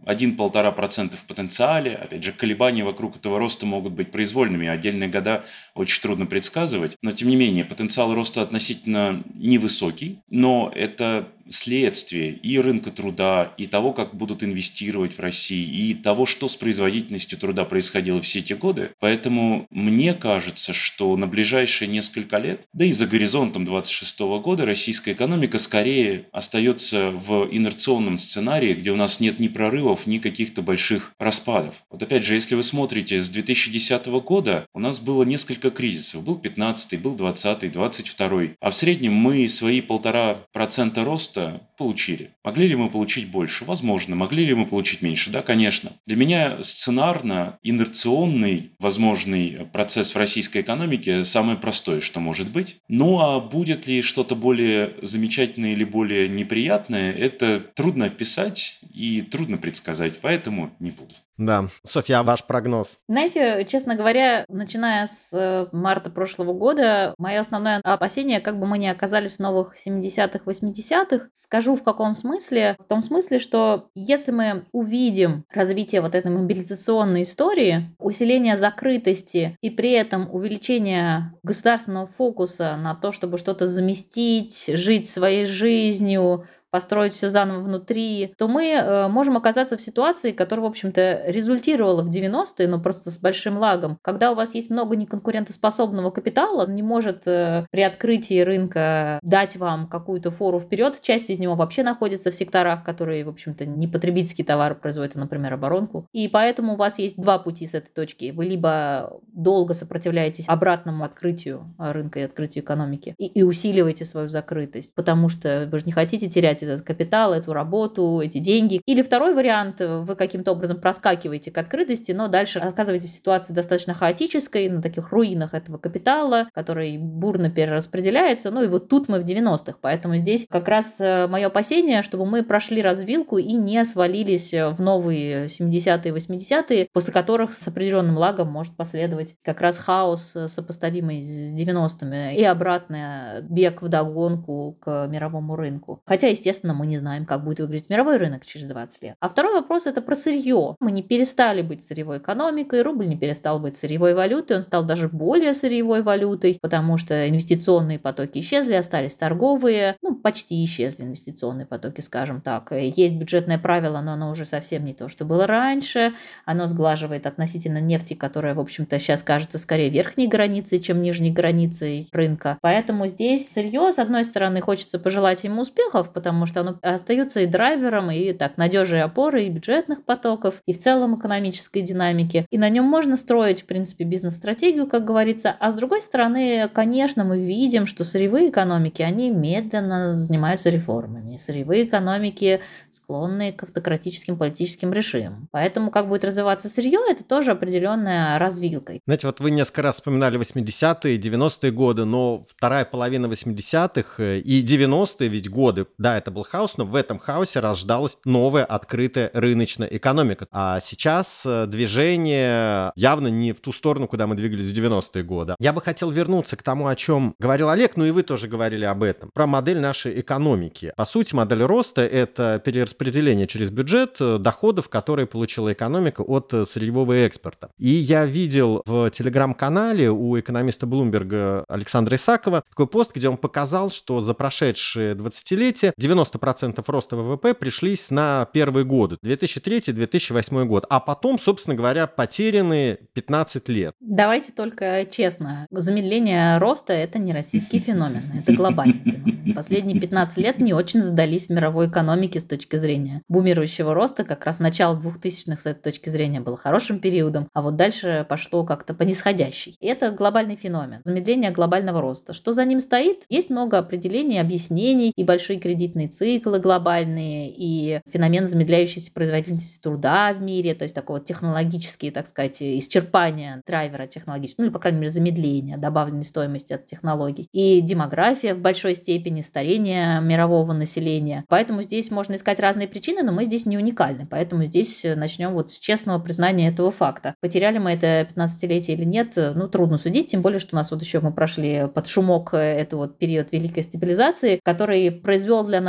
один-полтора процента в потенциале. Опять же, колебания вокруг этого роста могут быть произвольными. Отдельные года очень трудно предсказывать. Но, тем не менее, потенциал роста относительно невысокий. Но это следствие и рынка труда, и того, как будут инвестировать в России, и того, что с производительностью труда происходило все эти годы. Поэтому мне кажется, что на ближайшие несколько лет, да и за горизонтом двадцать шестого года, российская экономика скорее остается в инерционном сценарии, где у нас нет ни прорывов, ни каких-то больших распадов. Вот опять же, если вы смотрите с две тысячи десятого года, у нас было несколько кризисов. Был пятнадцатый, был двадцатый, двадцать второй. А в среднем мы свои полтора процента роста получили. Могли ли мы получить больше? Возможно. Могли ли мы получить меньше? Да, конечно. Для меня сценарно инерционный возможный процесс в российской экономике самое простое, что может быть. Ну а будет ли что-то более замечательное или более неприятное, это трудно описать и трудно предсказать, поэтому не буду. Да. Софья, а ваш прогноз? Знаете, честно говоря, начиная с марта прошлого года, мое основное опасение, как бы мы ни оказались в новых семидесятых, восьмидесятых, скажу в каком смысле. В том смысле, что если мы увидим развитие вот этой мобилизационной истории, усиление закрытости и при этом увеличение государственного фокуса на то, чтобы что-то заместить, жить своей жизнью, построить все заново внутри, то мы э, можем оказаться в ситуации, которая, в общем-то, результировала в девяностые, но просто с большим лагом. Когда у вас есть много неконкурентоспособного капитала, он не может э, при открытии рынка дать вам какую-то фору вперед. Часть из него вообще находится в секторах, которые, в общем-то, не потребительские товары производят, а, например, оборонку. И поэтому у вас есть два пути с этой точки. Вы либо долго сопротивляетесь обратному открытию рынка и открытию экономики и, и усиливаете свою закрытость, потому что вы же не хотите терять этот капитал, эту работу, эти деньги. Или второй вариант, вы каким-то образом проскакиваете к открытости, но дальше оказываетесь в ситуации достаточно хаотической, на таких руинах этого капитала, который бурно перераспределяется. Ну и вот тут мы в девяностых. Поэтому здесь как раз мое опасение, чтобы мы прошли развилку и не свалились в новые семидесятые, восьмидесятые, после которых с определенным лагом может последовать как раз хаос, сопоставимый с девяностыми, и обратный бег вдогонку к мировому рынку. Хотя, естественно, Естественно, мы не знаем, как будет выглядеть мировой рынок через двадцать лет. А второй вопрос – это про сырье. Мы не перестали быть сырьевой экономикой, рубль не перестал быть сырьевой валютой, он стал даже более сырьевой валютой, потому что инвестиционные потоки исчезли, остались торговые, ну, почти исчезли инвестиционные потоки, скажем так. Есть бюджетное правило, но оно уже совсем не то, что было раньше. Оно сглаживает относительно нефти, которая, в общем-то, сейчас кажется скорее верхней границей, чем нижней границей рынка. Поэтому здесь сырье, с одной стороны, хочется пожелать ему успехов, потому что оно остается и драйвером, и так надежной опорой и бюджетных потоков, и в целом экономической динамики. И на нем можно строить, в принципе, бизнес-стратегию, как говорится. А с другой стороны, конечно, мы видим, что сырьевые экономики, они медленно занимаются реформами. Сырьевые экономики склонны к автократическим политическим режимам. Поэтому как будет развиваться сырье, это тоже определенная развилка. Знаете, вот вы несколько раз вспоминали восьмидесятые, девяностые годы, но вторая половина восьмидесятых и девяностые ведь годы, да, это был хаос, но в этом хаосе рождалась новая открытая рыночная экономика. А сейчас движение явно не в ту сторону, куда мы двигались в девяностые годы. Я бы хотел вернуться к тому, о чем говорил Олег, ну и вы тоже говорили об этом, про модель нашей экономики. По сути, модель роста — это перераспределение через бюджет доходов, которые получила экономика от сырьевого экспорта. И я видел в телеграм-канале у экономиста Bloomberg Александра Исакова такой пост, где он показал, что за прошедшие двадцатилетия девяносто процентов роста ВВП пришлись на первые годы, две тысячи третий - две тысячи восьмой год, а потом, собственно говоря, потеряны пятнадцать лет. Давайте только честно, замедление роста – это не российский феномен, это глобальный феномен. Последние пятнадцать лет не очень задались в мировой экономике с точки зрения бумирующего роста, как раз начало двухтысячных с этой точки зрения было хорошим периодом, а вот дальше пошло как-то по нисходящей. И это глобальный феномен, замедление глобального роста. Что за ним стоит? Есть много определений, объяснений, и большие кредитные циклы глобальные, и феномен замедляющейся производительности труда в мире, то есть такого технологические, так сказать, исчерпания драйвера технологического, ну или, по крайней мере, замедления добавленной стоимости от технологий. И демография в большой степени, старение мирового населения. Поэтому здесь можно искать разные причины, но мы здесь не уникальны. Поэтому здесь начнем вот с честного признания этого факта. Потеряли мы это пятнадцатилетие или нет, ну, трудно судить, тем более, что у нас вот еще мы прошли под шумок этот вот период великой стабилизации, который произвел для нас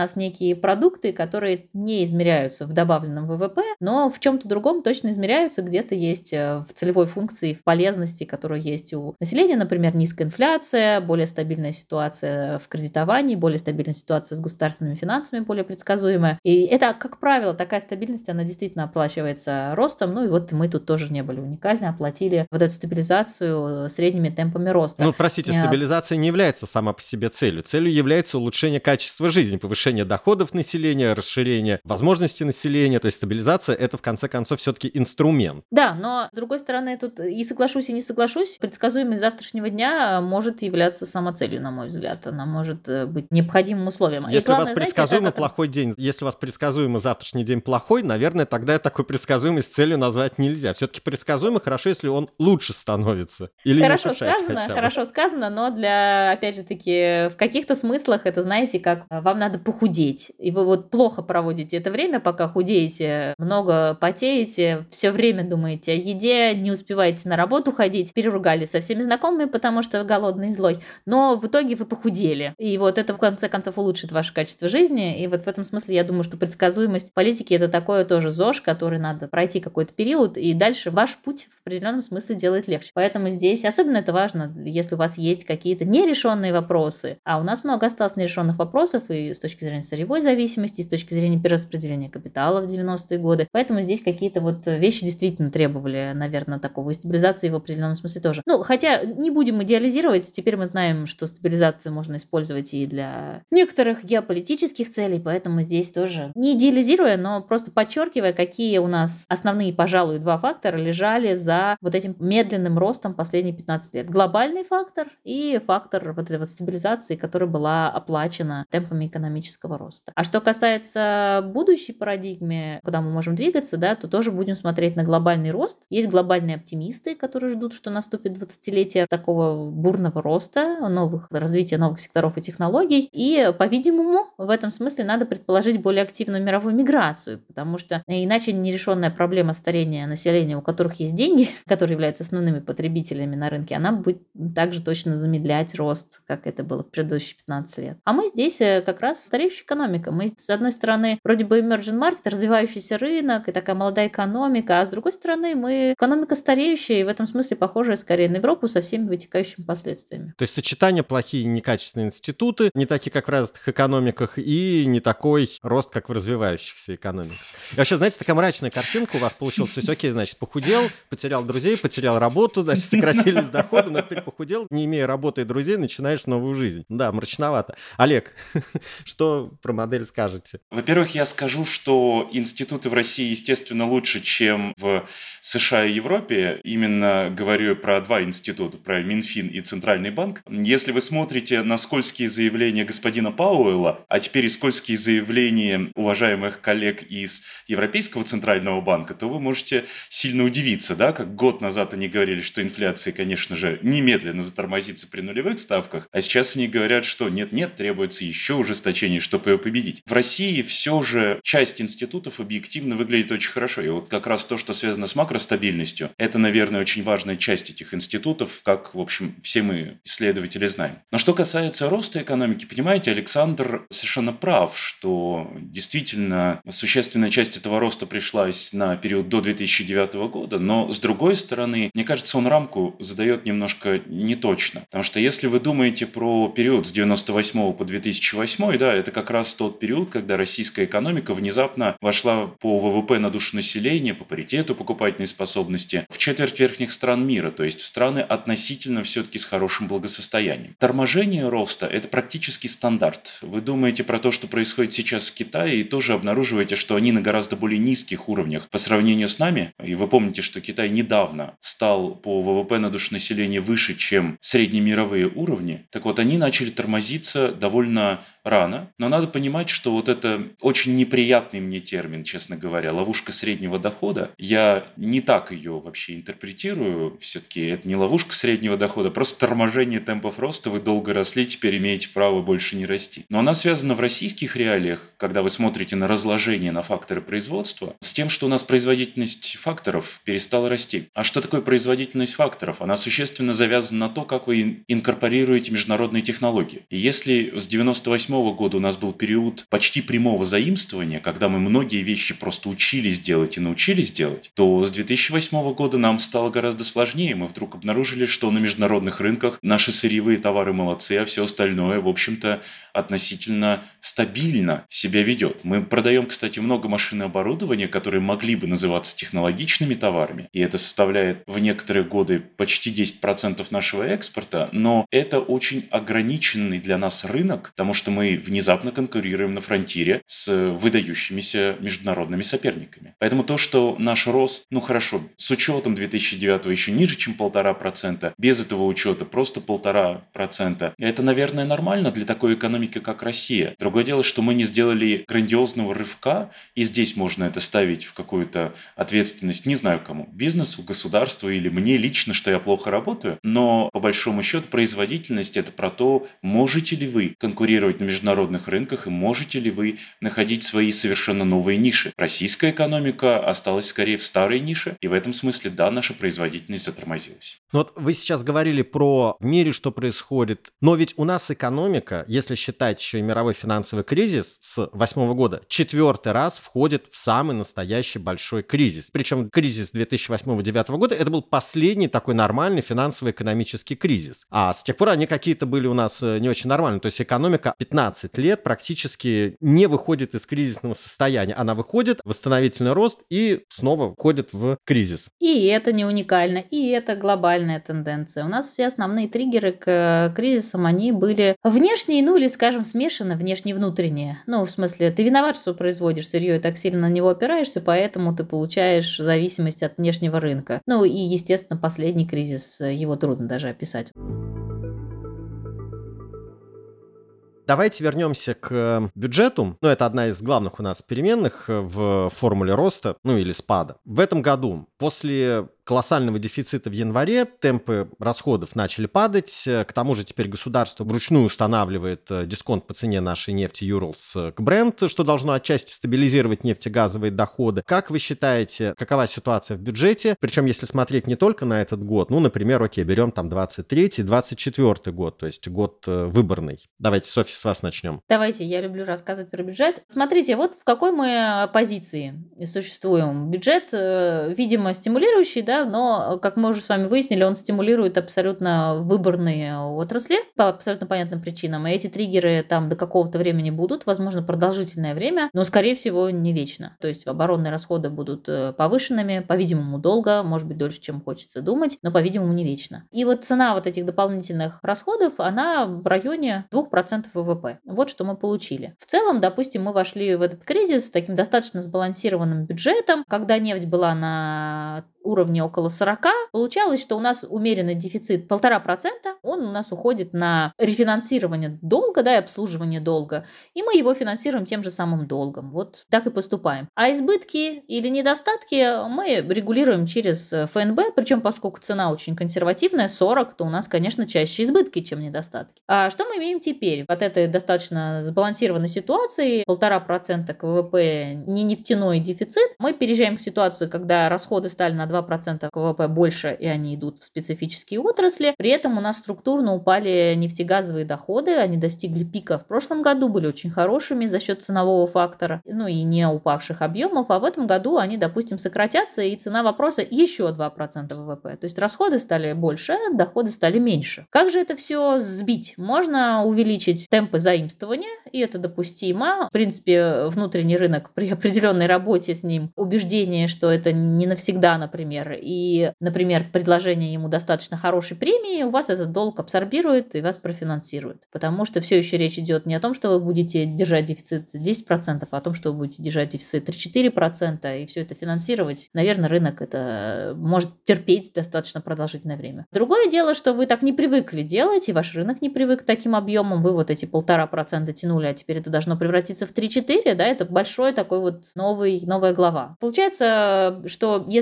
нас некие продукты, которые не измеряются в добавленном вэ вэ пэ, но в чем-то другом точно измеряются, где-то есть в целевой функции, в полезности, которая есть у населения, например, низкая инфляция, более стабильная ситуация в кредитовании, более стабильная ситуация с государственными финансами, более предсказуемая. И это, как правило, такая стабильность, она действительно оплачивается ростом. Ну и вот мы тут тоже не были уникальны, оплатили вот эту стабилизацию средними темпами роста. Ну, простите, стабилизация не является сама по себе целью. Целью является улучшение качества жизни, повышение доходов населения, расширение возможностей населения. То есть стабилизация – это, в конце концов, все-таки инструмент. Да, но, с другой стороны, тут и соглашусь, и не соглашусь. Предсказуемость завтрашнего дня может являться самоцелью, на мой взгляд. Она может быть необходимым условием. Если главное, у вас предсказуемо знаете, это... плохой день, если у вас предсказуемо завтрашний день плохой, наверное, тогда такой предсказуемость целью назвать нельзя. Все-таки предсказуемо хорошо, если он лучше становится. Или хорошо не ухудшается сказано, хотя бы. Хорошо сказано, но для, опять же таки, в каких-то смыслах это, знаете, как вам надо похудеть. И вы вот плохо проводите это время, пока худеете, много потеете, все время думаете о еде, не успеваете на работу ходить, переругались со всеми знакомыми, потому что голодный и злой, но в итоге вы похудели. И вот это, в конце концов, улучшит ваше качество жизни. И вот в этом смысле я думаю, что предсказуемость политики – это такое тоже ЗОЖ, который надо пройти какой-то период, и дальше ваш путь в определенном смысле делает легче. Поэтому здесь особенно это важно, если у вас есть какие-то нерешенные вопросы, а у нас много осталось нерешенных вопросов и с точки зрения сырьевой зависимости, и с точки зрения перераспределения капитала в девяностые годы. Поэтому здесь какие-то вот вещи действительно требовали, наверное, такого, и стабилизации в определенном смысле тоже. Ну, хотя не будем идеализировать, теперь мы знаем, что стабилизацию можно использовать и для некоторых геополитических целей, поэтому здесь тоже не идеализируя, но просто подчеркивая, какие у нас основные, пожалуй, два фактора лежали за вот этим медленным ростом последние пятнадцать лет. Глобальный фактор и фактор вот этой вот стабилизации, которая была оплачена темпами экономического роста. А что касается будущей парадигмы, куда мы можем двигаться, да, то тоже будем смотреть на глобальный рост. Есть глобальные оптимисты, которые ждут, что наступит двадцатилетие такого бурного роста, новых, развития новых секторов и технологий. И, по-видимому, в этом смысле надо предположить более активную мировую миграцию, потому что иначе нерешенная проблема старения населения, у которых есть деньги, которые являются основными потребителями на рынке, она будет также точно замедлять рост, как это было в предыдущие пятнадцать лет. А мы здесь как раз стареющая экономика. Мы, с одной стороны, вроде бы emerging market, развивающийся рынок и такая молодая экономика, а с другой стороны, мы экономика стареющая и в этом смысле похожая скорее на Европу со всеми вытекающими последствиями. То есть сочетание плохие и некачественные институты, не такие, как в развитых экономиках, и не такой рост, как в развивающихся экономиках. И вообще, знаете, такая мрачная картинка у вас получилась. То есть, окей, значит, похудел, потерял друзей, потерял работу, значит, сократились доходы, но теперь похудел, не имея работы и друзей, начинаешь новую жизнь. Да, мрачновато. Олег, что про модель скажете? Во-первых, я скажу, что институты в России, естественно, лучше, чем в США и Европе. Именно говорю про два института, про Минфин и Центральный банк. Если вы смотрите на скользкие заявления господина Пауэлла, а теперь и скользкие заявления уважаемых коллег из Европейского Центрального банка, то вы можете сильно удивиться, да, как год назад они говорили, что инфляция, конечно же, немедленно затормозится при нулевых ставках, а сейчас они говорят, что нет-нет, требуется еще ужесточение, чтобы ее победить. В России все же часть институтов объективно выглядит очень хорошо. И вот как раз то, что связано с макростабильностью, это, наверное, очень важная часть этих институтов, как, в общем, все мы, исследователи, знаем. Но что касается роста экономики, понимаете, Александр совершенно прав, что действительно существенная часть этого роста пришлась на период до две тысячи девятого года, но, с другой стороны, мне кажется, он рамку задает немножко неточно. Потому что если вы думаете про период с девяносто восьмого по две тысячи восьмой, да, это как раз тот период, когда российская экономика внезапно вошла по вэ вэ пэ на душу населения, по паритету покупательной способности в четверть верхних стран мира, то есть в страны относительно все-таки с хорошим благосостоянием. Торможение роста – это практически стандарт. Вы думаете про то, что происходит сейчас в Китае, и тоже обнаруживаете, что они на гораздо более низких уровнях по сравнению с нами. И вы помните, что Китай недавно стал по вэ вэ пэ на душу населения выше, чем среднемировые уровни. Так вот, они начали тормозиться довольно рано. Но надо понимать, что вот это очень неприятный мне термин, честно говоря, ловушка среднего дохода. Я не так ее вообще интерпретирую. Все-таки это не ловушка среднего дохода, просто торможение темпов роста. Вы долго росли, теперь имеете право больше не расти. Но она связана в российских реалиях, когда вы смотрите на разложение на факторы производства, с тем, что у нас производительность факторов перестала расти. А что такое производительность факторов? Она существенно завязана на то, как вы инкорпорируете международные технологии. И если с девяносто восьмого года у нас нас был период почти прямого заимствования, когда мы многие вещи просто учились делать и научились делать, то с две тысячи восьмого года нам стало гораздо сложнее. Мы вдруг обнаружили, что на международных рынках наши сырьевые товары молодцы, а все остальное, в общем-то, относительно стабильно себя ведет. Мы продаем, кстати, много машин и оборудования, которые могли бы называться технологичными товарами, и это составляет в некоторые годы почти десять процентов нашего экспорта, но это очень ограниченный для нас рынок, потому что мы внезапно конкурируем на фронтире с выдающимися международными соперниками. Поэтому то, что наш рост, ну хорошо, с учетом две тысячи девятого еще ниже, чем полтора процента, без этого учета просто полтора процента, это, наверное, нормально для такой экономики, как Россия. Другое дело, что мы не сделали грандиозного рывка, и здесь можно это ставить в какую-то ответственность, не знаю кому, бизнесу, государству или мне лично, что я плохо работаю, но по большому счету производительность — это про то, можете ли вы конкурировать на международных рынках и можете ли вы находить свои совершенно новые ниши. Российская экономика осталась скорее в старой нише, и в этом смысле, да, наша производительность затормозилась. Ну вот вы сейчас говорили про в мире, что происходит, но ведь у нас экономика, если считать еще и мировой финансовый кризис с восьмого года, четвертый раз входит в самый настоящий большой кризис. Причем кризис две тысячи восьмого — две тысячи девятого года это был последний такой нормальный финансово-экономический кризис. А с тех пор они какие-то были у нас не очень нормальные. То есть экономика пятнадцать лет практически не выходит из кризисного состояния. Она выходит в восстановительный рост и снова входит в кризис. И это не уникально, и это глобальная тенденция. У нас все основные триггеры к кризисам, они были внешние, ну или, скажем, смешаны, внешне и внутренние. Ну, в смысле, ты виноват, что производишь сырье и так сильно на него опираешься, поэтому ты получаешь зависимость от внешнего рынка. Ну и, естественно, последний кризис, его трудно даже описать. Давайте вернемся к бюджету. Ну, это одна из главных у нас переменных в формуле роста, ну или спада. В этом году, после колоссального дефицита в январе, темпы расходов начали падать. К тому же теперь государство вручную устанавливает дисконт по цене нашей нефти Юрлс к Brent, что должно отчасти стабилизировать нефтегазовые доходы. Как вы считаете, какова ситуация в бюджете? Причем, если смотреть не только на этот год, ну, например, окей, берем там двадцать третий — двадцать четвёртый год, то есть год выборный. Давайте, Софья, с вас начнем. Давайте, я люблю рассказывать про бюджет. Смотрите, вот в какой мы позиции существуем. Бюджет, видимо, стимулирующий, да, но, как мы уже с вами выяснили, он стимулирует абсолютно выборные отрасли по абсолютно понятным причинам. И эти триггеры там до какого-то времени будут, возможно, продолжительное время, но, скорее всего, не вечно. То есть оборонные расходы будут повышенными, по-видимому, долго, может быть, дольше, чем хочется думать, но, по-видимому, не вечно. И вот цена вот этих дополнительных расходов, она в районе двух процентов ВВП. Вот что мы получили. В целом, допустим, мы вошли в этот кризис с таким достаточно сбалансированным бюджетом, когда нефть была на уровне около сорок, получалось, что у нас умеренный дефицит полтора процента, он у нас уходит на рефинансирование долга, да, и обслуживание долга, и мы его финансируем тем же самым долгом. Вот так и поступаем. А избытки или недостатки мы регулируем через эф эн бэ, причем поскольку цена очень консервативная, сорок, то у нас, конечно, чаще избытки, чем недостатки. А что мы имеем теперь? От этой достаточно сбалансированной ситуации, полтора процента к вэ вэ пэ, не нефтяной дефицит, мы переезжаем к ситуации, когда расходы стали на два процента к вэ вэ пэ больше, и они идут в специфические отрасли. При этом у нас структурно упали нефтегазовые доходы, они достигли пика в прошлом году, были очень хорошими за счет ценового фактора, ну и не упавших объемов, а в этом году они, допустим, сократятся, и цена вопроса еще два процента вэ вэ пэ. То есть расходы стали больше, доходы стали меньше. Как же это все сбить? Можно увеличить темпы заимствования, и это допустимо. В принципе, внутренний рынок при определенной работе с ним, убеждение, что это не навсегда, например, и, например, предложение ему достаточно хорошей премии, у вас этот долг абсорбирует и вас профинансирует. Потому что все еще речь идет не о том, что вы будете держать дефицит десять процентов, а о том, что вы будете держать дефицит три-четыре процента и все это финансировать. Наверное, рынок это может терпеть достаточно продолжительное время. Другое дело, что вы так не привыкли делать, и ваш рынок не привык к таким объемам. Вы вот эти полтора процента тянули, а теперь это должно превратиться в три-четыре, да, это большой такой вот новый, новая глава. Получается, что если вы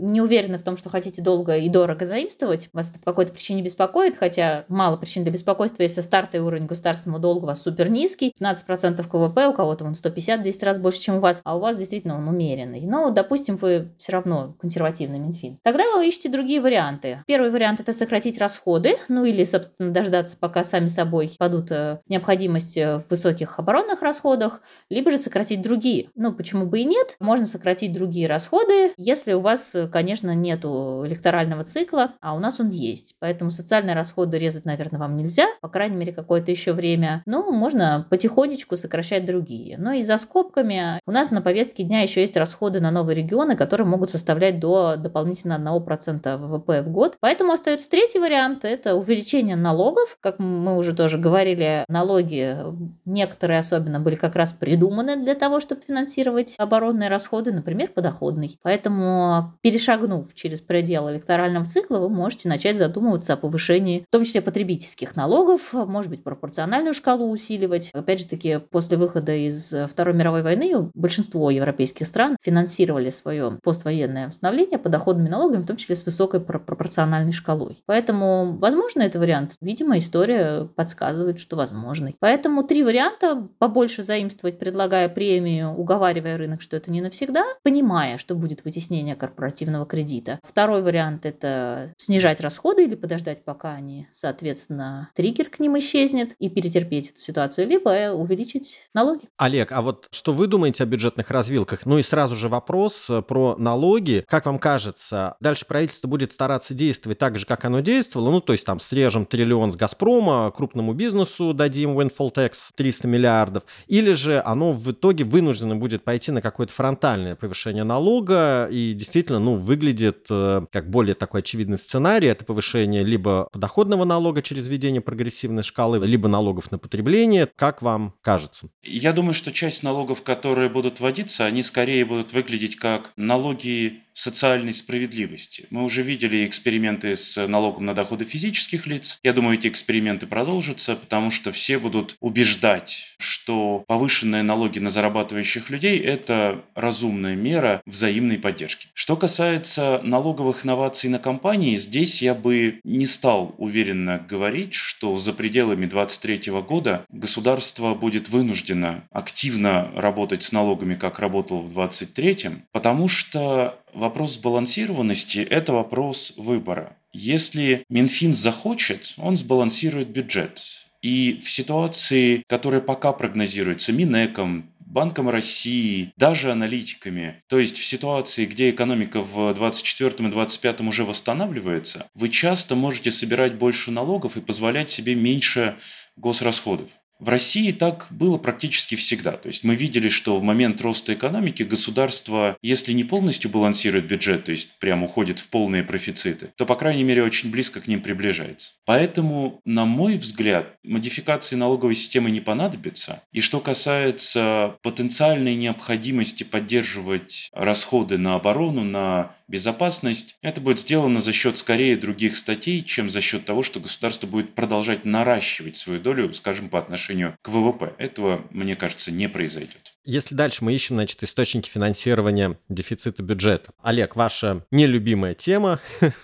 не уверены в том, что хотите долго и дорого заимствовать, вас это по какой-то причине беспокоит, хотя мало причин для беспокойства, если стартовый уровень государственного долга у вас супер низкий, пятнадцать процентов ка вэ пэ, у кого-то он сто пятьдесят десять раз больше, чем у вас, а у вас действительно он умеренный. Но, допустим, вы все равно консервативный Минфин. Тогда вы ищете другие варианты. Первый вариант – это сократить расходы, ну или, собственно, дождаться, пока сами собой падут необходимость в высоких оборонных расходах, либо же сократить другие. Ну, почему бы и нет? Можно сократить другие расходы, если у вас, конечно, нету электорального цикла, а у нас он есть. Поэтому социальные расходы резать, наверное, вам нельзя, по крайней мере, какое-то еще время. Но можно потихонечку сокращать другие. Но и за скобками у нас на повестке дня еще есть расходы на новые регионы, которые могут составлять до дополнительно одного процента вэ вэ пэ в год. Поэтому остается третий вариант – это увеличение налогов. Как мы уже тоже говорили, налоги некоторые особенно были как раз придуманы для того, чтобы финансировать оборонные расходы, например, подоходный. Поэтому, перешагнув через предел электорального цикла, вы можете начать задумываться о повышении, в том числе потребительских налогов, может быть, пропорциональную шкалу усиливать. Опять же таки, после выхода из Второй мировой войны большинство европейских стран финансировали свое поствоенное восстановление подоходными налогами, в том числе с высокой пропорциональной шкалой. Поэтому, возможно, это вариант. Видимо, история подсказывает, что возможный. Поэтому три варианта. Побольше заимствовать, предлагая премию, уговаривая рынок, что это не навсегда, понимая, что будет вытеснение корпоративного кредита. Второй вариант – это снижать расходы или подождать, пока они, соответственно, триггер к ним исчезнет, и перетерпеть эту ситуацию, либо увеличить налоги. Олег, а вот что вы думаете о бюджетных развилках? Ну и сразу же вопрос про налоги. Как вам кажется, дальше правительство будет стараться действовать так же, как оно действовало? Ну, то есть там срежем триллион с «Газпрома», крупному бизнесу дадим windfall tax триста миллиардов, или же оно в итоге вынуждено будет пойти на какое-то фронтальное повышение налога, и действительно, ну, выглядит э, как более такой очевидный сценарий, это повышение либо подоходного налога через введение прогрессивной шкалы, либо налогов на потребление. Как вам кажется? Я думаю, что часть налогов, которые будут вводиться, они скорее будут выглядеть как налоги социальной справедливости. Мы уже видели эксперименты с налогом на доходы физических лиц. Я думаю, эти эксперименты продолжатся, потому что все будут убеждать, что повышенные налоги на зарабатывающих людей – это разумная мера взаимной поддержки. Что касается налоговых новаций на компании, здесь я бы не стал уверенно говорить, что за пределами двадцать третьего года государство будет вынуждено активно работать с налогами, как работало в двадцать третьем, потому что вопрос сбалансированности – это вопрос выбора. Если Минфин захочет, он сбалансирует бюджет. И в ситуации, которая пока прогнозируется Минэком, Банком России, даже аналитиками, то есть в ситуации, где экономика в двадцать четвёртом и двадцать пятом уже восстанавливается, вы часто можете собирать больше налогов и позволять себе меньше госрасходов. В России так было практически всегда. То есть мы видели, что в момент роста экономики государство, если не полностью балансирует бюджет, то есть прямо уходит в полные профициты, то, по крайней мере, очень близко к ним приближается. Поэтому, на мой взгляд, модификации налоговой системы не понадобится. И что касается потенциальной необходимости поддерживать расходы на оборону, на безопасность, это будет сделано за счет скорее других статей, чем за счет того, что государство будет продолжать наращивать свою долю, скажем, по отношению к вэ вэ пэ. Этого, мне кажется, не произойдет. Если дальше мы ищем, значит, источники финансирования дефицита бюджета. Олег, ваша нелюбимая тема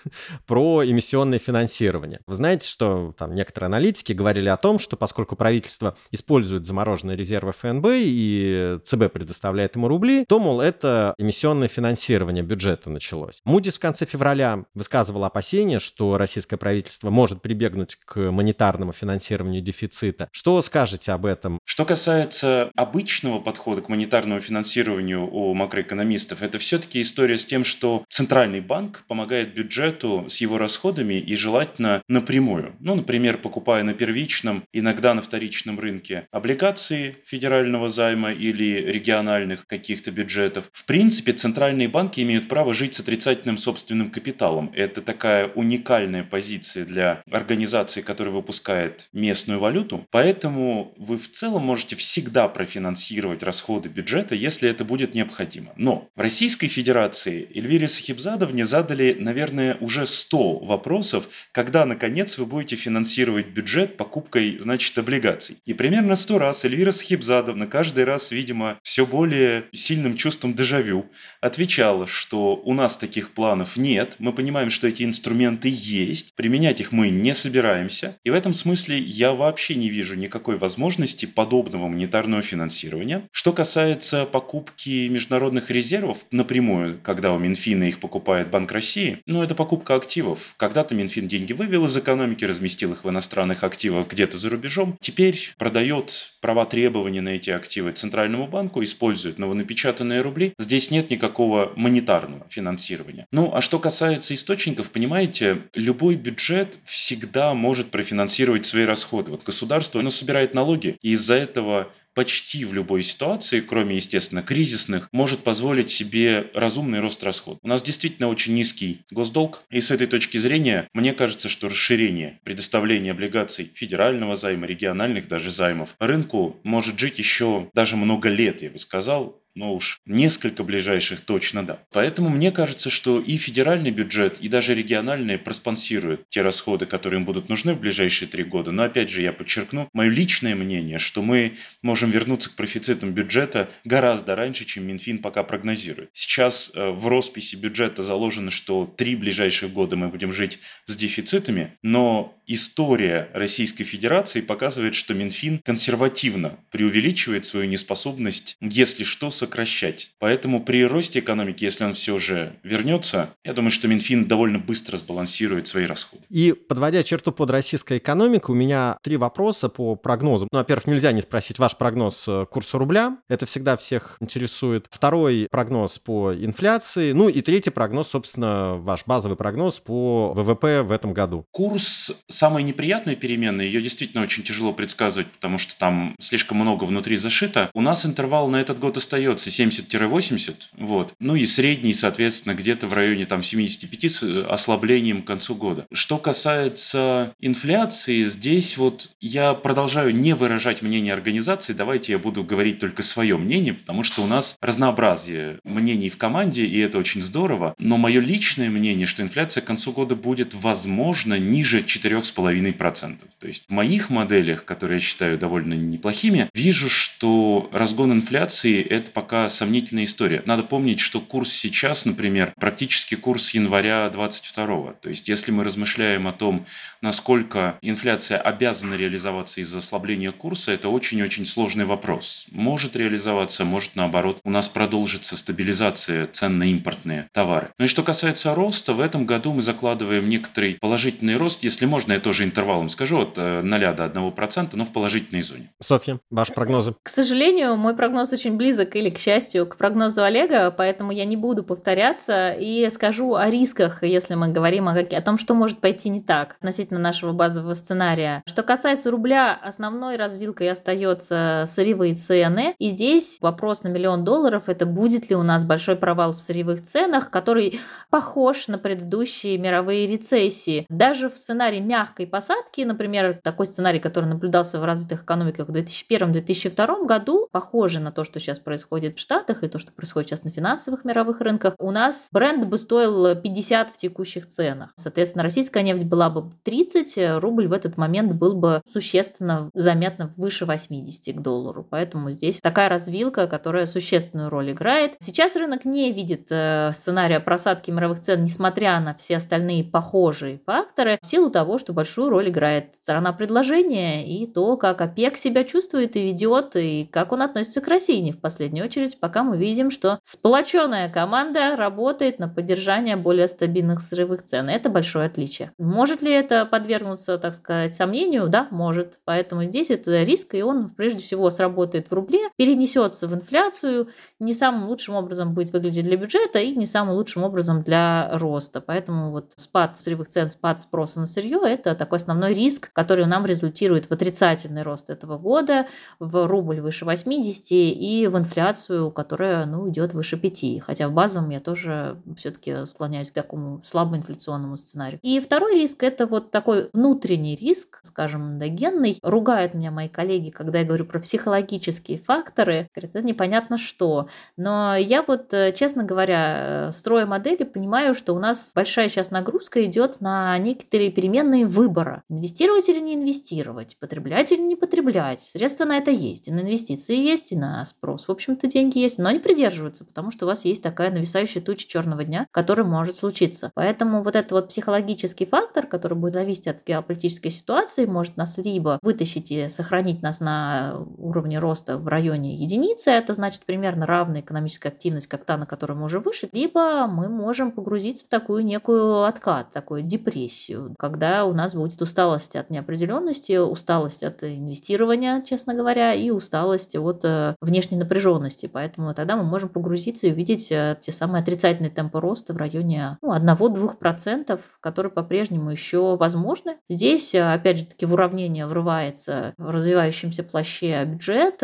про эмиссионное финансирование. Вы знаете, что там некоторые аналитики говорили о том, что поскольку правительство использует замороженные резервы эф эн бэ и цэ бэ предоставляет ему рубли, то, мол, это эмиссионное финансирование бюджета началось. Moody's в конце февраля высказывал опасения, что российское правительство может прибегнуть к монетарному финансированию дефицита. Что скажете об этом? Что касается обычного подхода к монетарному финансированию у макроэкономистов, это все-таки история с тем, что Центральный банк помогает бюджету с его расходами и желательно напрямую. Ну, например, покупая на первичном, иногда на вторичном рынке облигации федерального займа или региональных каких-то бюджетов. В принципе, центральные банки имеют право жить с отрицательным собственным капиталом. Это такая уникальная позиция для организации, которая выпускает местную валюту. Поэтому вы в целом можете всегда профинансировать расходы расходы бюджета, если это будет необходимо. Но в Российской Федерации Эльвире Сахибзадовне задали, наверное, уже сто вопросов, когда, наконец, вы будете финансировать бюджет покупкой, значит, облигаций. И примерно сто раз Эльвира Сахибзадовна каждый раз, видимо, все более сильным чувством дежавю отвечала, что у нас таких планов нет, мы понимаем, что эти инструменты есть, применять их мы не собираемся. И в этом смысле я вообще не вижу никакой возможности подобного монетарного финансирования. Что касается покупки международных резервов напрямую, когда у Минфина их покупает Банк России, ну, это покупка активов. Когда-то Минфин деньги вывел из экономики, разместил их в иностранных активах где-то за рубежом. Теперь продает права требования на эти активы Центральному банку, использует новонапечатанные рубли. Здесь нет никакого монетарного финансирования. Ну, а что касается источников, понимаете, любой бюджет всегда может профинансировать свои расходы. Вот государство, оно собирает налоги, и из-за этого почти в любой ситуации, кроме, естественно, кризисных, может позволить себе разумный рост расходов. У нас действительно очень низкий госдолг, и с этой точки зрения, мне кажется, что расширение предоставления облигаций федерального займа, региональных даже займов рынку может жить еще даже много лет, я бы сказал. Но уж несколько ближайших точно да. Поэтому мне кажется, что и федеральный бюджет, и даже региональные проспонсируют те расходы, которые им будут нужны в ближайшие три года. Но опять же, я подчеркну, мое личное мнение, что мы можем вернуться к профицитам бюджета гораздо раньше, чем Минфин пока прогнозирует. Сейчас э, в росписи бюджета заложено, что три ближайших года мы будем жить с дефицитами, но история Российской Федерации показывает, что Минфин консервативно преувеличивает свою неспособность, если что, сокращать. Поэтому при росте экономики, если он все же вернется, я думаю, что Минфин довольно быстро сбалансирует свои расходы. И подводя черту под российской экономикой, у меня три вопроса по прогнозам. Ну, во-первых, нельзя не спросить ваш прогноз курса рубля. Это всегда всех интересует. Второй прогноз по инфляции. Ну и третий прогноз, собственно, ваш базовый прогноз по вэ вэ пэ в этом году. Курс – самая неприятная переменная. Ее действительно очень тяжело предсказывать, потому что там слишком много внутри зашито. У нас интервал на этот год остается семьдесят восемьдесят, вот. Ну и средний, соответственно, где-то в районе там семьдесят пять с ослаблением к концу года. Что касается инфляции, здесь вот я продолжаю не выражать мнение организации, давайте я буду говорить только свое мнение, потому что у нас разнообразие мнений в команде, и это очень здорово, но мое личное мнение, что инфляция к концу года будет, возможно, ниже четыре с половиной процента. То есть в моих моделях, которые я считаю довольно неплохими, вижу, что разгон инфляции – это пока сомнительная история. Надо помнить, что курс сейчас, например, практически курс января двадцать второго. То есть, если мы размышляем о том, насколько инфляция обязана реализоваться из-за ослабления курса, это очень-очень сложный вопрос. Может реализоваться, может наоборот. У нас продолжится стабилизация цен на импортные товары. Ну и что касается роста, в этом году мы закладываем некоторый положительный рост. Если можно, я тоже интервалом скажу, от ноля до одного процента, но в положительной зоне. Софья, ваши прогнозы? К сожалению, мой прогноз очень близок или, к счастью, к прогнозу Олега, поэтому я не буду повторяться и скажу о рисках, если мы говорим о, о том, что может пойти не так относительно нашего базового сценария. Что касается рубля, основной развилкой остается сырьевые цены. И здесь вопрос на миллион долларов – это будет ли у нас большой провал в сырьевых ценах, который похож на предыдущие мировые рецессии. Даже в сценарии мягкой посадки, например, такой сценарий, который наблюдался в развитых экономиках в две тысячи первом - две тысячи втором году, похоже на то, что сейчас происходит в Штатах и то, что происходит сейчас на финансовых мировых рынках, у нас бренд бы стоил пятьдесят в текущих ценах. Соответственно, российская нефть была бы тридцать, рубль в этот момент был бы существенно, заметно выше восьмидесяти к доллару. Поэтому здесь такая развилка, которая существенную роль играет. Сейчас рынок не видит э, сценария просадки мировых цен, несмотря на все остальные похожие факторы, в силу того, что большую роль играет сторона предложения и то, как ОПЕК себя чувствует и ведет, и как он относится к России, не в последнюю очередь, пока мы видим, что сплоченная команда работает на поддержание более стабильных сырьевых цен. Это большое отличие. Может ли это подвергнуться, так сказать, сомнению? Да, может. Поэтому здесь это риск, и он прежде всего сработает в рубле, перенесется в инфляцию, не самым лучшим образом будет выглядеть для бюджета и не самым лучшим образом для роста. Поэтому вот спад сырьевых цен, спад спроса на сырье – это такой основной риск, который нам результирует в отрицательный рост этого года, в рубль выше восьмидесяти и в инфляцию инфляцию, которая, ну, идет выше пяти. Хотя в базовом я тоже все-таки склоняюсь к такому слабоинфляционному сценарию. И второй риск – это вот такой внутренний риск, скажем, эндогенный. Ругают меня мои коллеги, когда я говорю про психологические факторы. Говорят, это непонятно что. Но я вот, честно говоря, строя модели, понимаю, что у нас большая сейчас нагрузка идет на некоторые переменные выбора. Инвестировать или не инвестировать, потреблять или не потреблять. Средства на это есть. И на инвестиции есть, и на спрос, в общем-то, деньги есть. Но они придерживаются, потому что у вас есть такая нависающая туча черного дня, который может случиться. Поэтому вот этот вот психологический фактор, который будет зависеть от геополитической ситуации, может нас либо вытащить и сохранить нас на уровне роста в районе единицы, это значит примерно равная экономическая активность, как та, на которой мы уже вышли, либо мы можем погрузиться в такую некую откат, такую депрессию, когда у нас будет усталость от неопределенности, усталость от инвестирования, честно говоря, и усталость от внешней напряженности. Поэтому тогда мы можем погрузиться и увидеть те самые отрицательные темпы роста в районе ну, один-два процента, которые по-прежнему еще возможны. Здесь, опять же таки, в уравнение врывается в развивающемся плаще бюджет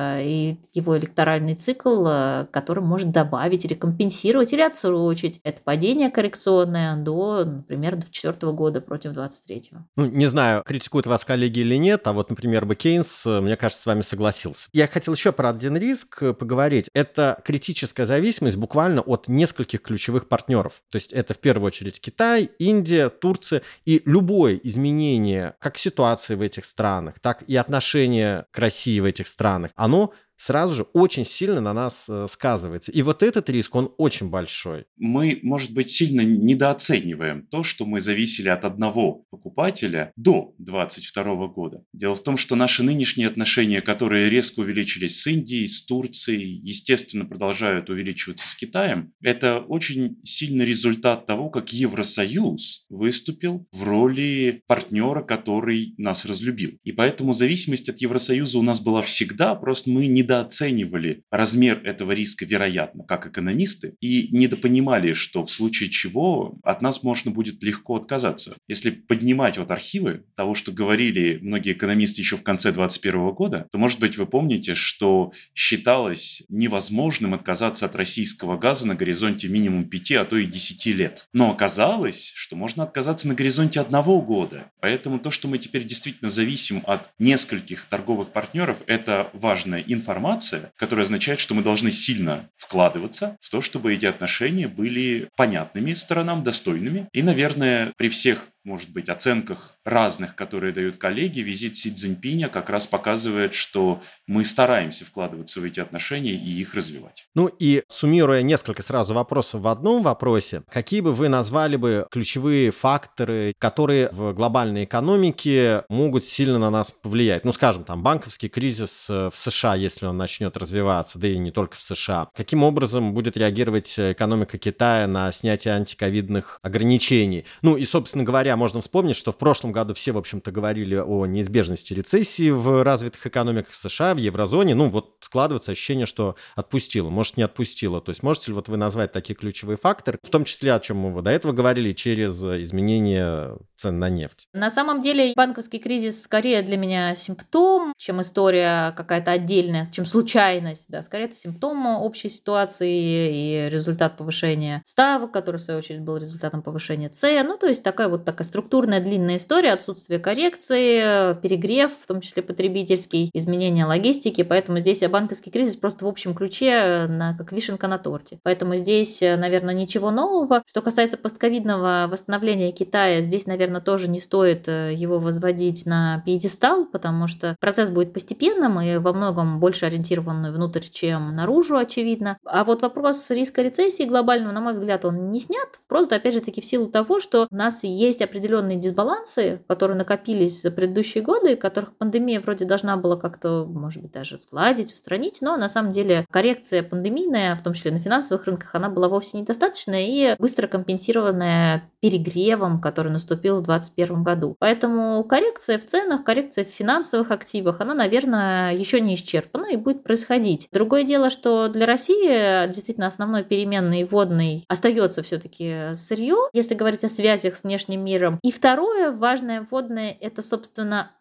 и его электоральный цикл, который может добавить или компенсировать, или отсрочить это падение коррекционное до, например, двадцать четвёртого года против двадцать третьего. Ну, не знаю, критикуют вас коллеги или нет, а вот, например, бы Кейнс, мне кажется, с вами согласился. Я хотел еще про один риск поговорить. Это критическая зависимость буквально от нескольких ключевых партнеров. То есть это в первую очередь Китай, Индия, Турция. И любое изменение как ситуации в этих странах, так и отношения к России в этих странах, оно сразу же очень сильно на нас э, сказывается. И вот этот риск, он очень большой. Мы, может быть, сильно недооцениваем то, что мы зависели от одного покупателя до двадцать второго года. Дело в том, что наши нынешние отношения, которые резко увеличились с Индией, с Турцией, естественно, продолжают увеличиваться с Китаем, это очень сильный результат того, как Евросоюз выступил в роли партнера, который нас разлюбил. И поэтому зависимость от Евросоюза у нас была всегда, просто мы не недооценивали размер этого риска, вероятно, как экономисты, и недопонимали, что в случае чего от нас можно будет легко отказаться. Если поднимать вот архивы того, что говорили многие экономисты еще в конце двадцать первого года, то, может быть, вы помните, что считалось невозможным отказаться от российского газа на горизонте минимум пяти, а то и десяти лет. Но оказалось, что можно отказаться на горизонте одного года. Поэтому то, что мы теперь действительно зависим от нескольких торговых партнеров, это важная информация, информация, которая означает, что мы должны сильно вкладываться в то, чтобы эти отношения были понятными сторонам, достойными. И, наверное, при всех, может быть, оценках разных, которые дают коллеги, визит Си Цзиньпиня как раз показывает, что мы стараемся вкладываться в эти отношения и их развивать. Ну и суммируя несколько сразу вопросов в одном вопросе, какие бы вы назвали бы ключевые факторы, которые в глобальной экономике могут сильно на нас повлиять? Ну, скажем, там, банковский кризис в США, если он начнет развиваться, да и не только в США. Каким образом будет реагировать экономика Китая на снятие антиковидных ограничений? Ну и, собственно говоря, можно вспомнить, что в прошлом году все, в общем-то, говорили о неизбежности рецессии в развитых экономиках США, в еврозоне. Ну, вот складывается ощущение, что отпустило, может, не отпустило. То есть можете ли вот вы назвать такие ключевые факторы, в том числе, о чем мы до этого говорили, через изменение цен на нефть? На самом деле банковский кризис скорее для меня симптом, чем история какая-то отдельная, чем случайность. Да, скорее это симптом общей ситуации и результат повышения ставок, который, в свою очередь, был результатом повышения цен. Ну, то есть такая вот такая структурная длинная история, отсутствие коррекции, перегрев, в том числе потребительский, изменение логистики. Поэтому здесь банковский кризис просто в общем ключе на, как вишенка на торте. Поэтому здесь, наверное, ничего нового. Что касается постковидного восстановления Китая, здесь, наверное, тоже не стоит его возводить на пьедестал, потому что процесс будет постепенным и во многом больше ориентированный внутрь, чем наружу, очевидно. А вот вопрос риска рецессии глобального, на мой взгляд, он не снят. Просто, опять же таки, в силу того, что у нас есть определенные дисбалансы, которые накопились за предыдущие годы, которых пандемия вроде должна была как-то, может быть, даже сгладить, устранить, но на самом деле коррекция пандемийная, в том числе на финансовых рынках, она была вовсе недостаточная и быстро компенсированная перегревом, который наступил в двадцать первом году. Поэтому коррекция в ценах, коррекция в финансовых активах, она, наверное, еще не исчерпана и будет происходить. Другое дело, что для России действительно основной переменной вводной остается все-таки сырье, если говорить о связях с внешним миром. И второе важное вводное – это, собственно,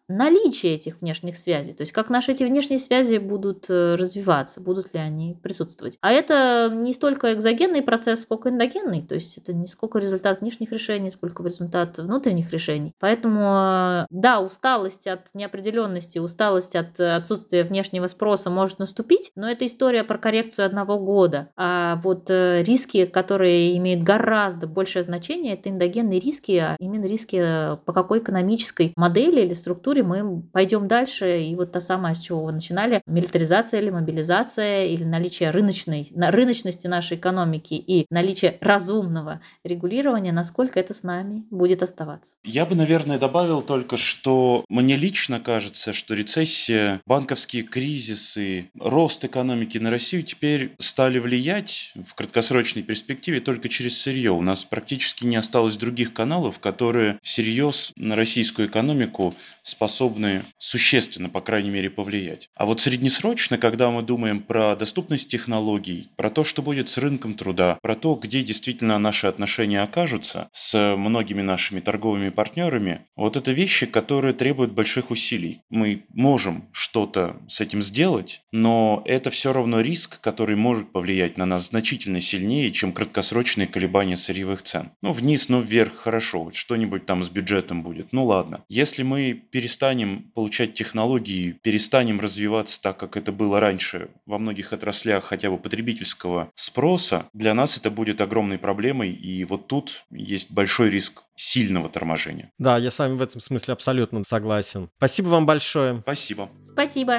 наличие этих внешних связей. То есть как наши эти внешние связи будут развиваться, будут ли они присутствовать. А это не столько экзогенный процесс, сколько эндогенный. То есть это не сколько результат внешних решений, сколько результат внутренних решений. Поэтому, да, усталость от неопределенности, усталость от отсутствия внешнего спроса может наступить, но это история про коррекцию одного года. А вот риски, которые имеют гораздо большее значение, это эндогенные риски, а именно риски, по какой экономической модели или структуре мы пойдем дальше. И вот та самая, с чего вы начинали, милитаризация или мобилизация, или наличие рыночной, рыночности нашей экономики и наличие разумного регулирования, насколько это с нами будет оставаться. Я бы, наверное, добавил только, что мне лично кажется, что рецессия, банковские кризисы, рост экономики на Россию теперь стали влиять в краткосрочной перспективе только через сырье. У нас практически не осталось других каналов, которые всерьез на российскую экономику способны существенно, по крайней мере, повлиять. А вот среднесрочно, когда мы думаем про доступность технологий, про то, что будет с рынком труда, про то, где действительно наши отношения окажутся с многими нашими торговыми партнерами, вот это вещи, которые требуют больших усилий. Мы можем что-то с этим сделать, но это все равно риск, который может повлиять на нас значительно сильнее, чем краткосрочные колебания сырьевых цен. Ну, вниз, ну, вверх, хорошо, что-нибудь там с бюджетом будет, ну ладно. Если мы перестанем получать технологии, перестанем развиваться так, как это было раньше во многих отраслях хотя бы потребительского спроса, для нас это будет огромной проблемой, и вот тут есть большой риск сильного торможения. Да, я с вами в этом смысле абсолютно согласен. Спасибо вам большое. Спасибо. Спасибо.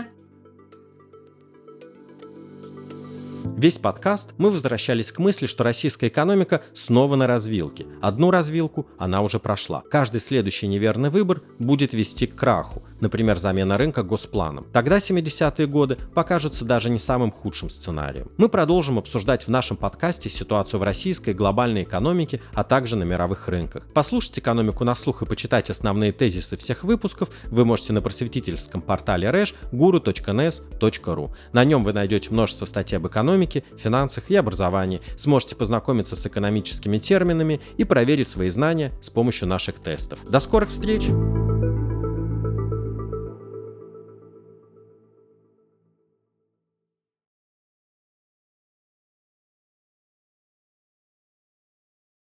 Весь подкаст мы возвращались к мысли, что российская экономика снова на развилке. Одну развилку она уже прошла. Каждый следующий неверный выбор будет вести к краху, например, замена рынка госпланом. Тогда семидесятые годы покажутся даже не самым худшим сценарием. Мы продолжим обсуждать в нашем подкасте ситуацию в российской и глобальной экономике, а также на мировых рынках. Послушать экономику на слух и почитать основные тезисы всех выпусков вы можете на просветительском портале рэш гуру точка эн эс точка ру. На нем вы найдете множество статей об экономике, финансах и образовании, сможете познакомиться с экономическими терминами и проверить свои знания с помощью наших тестов. До скорых встреч!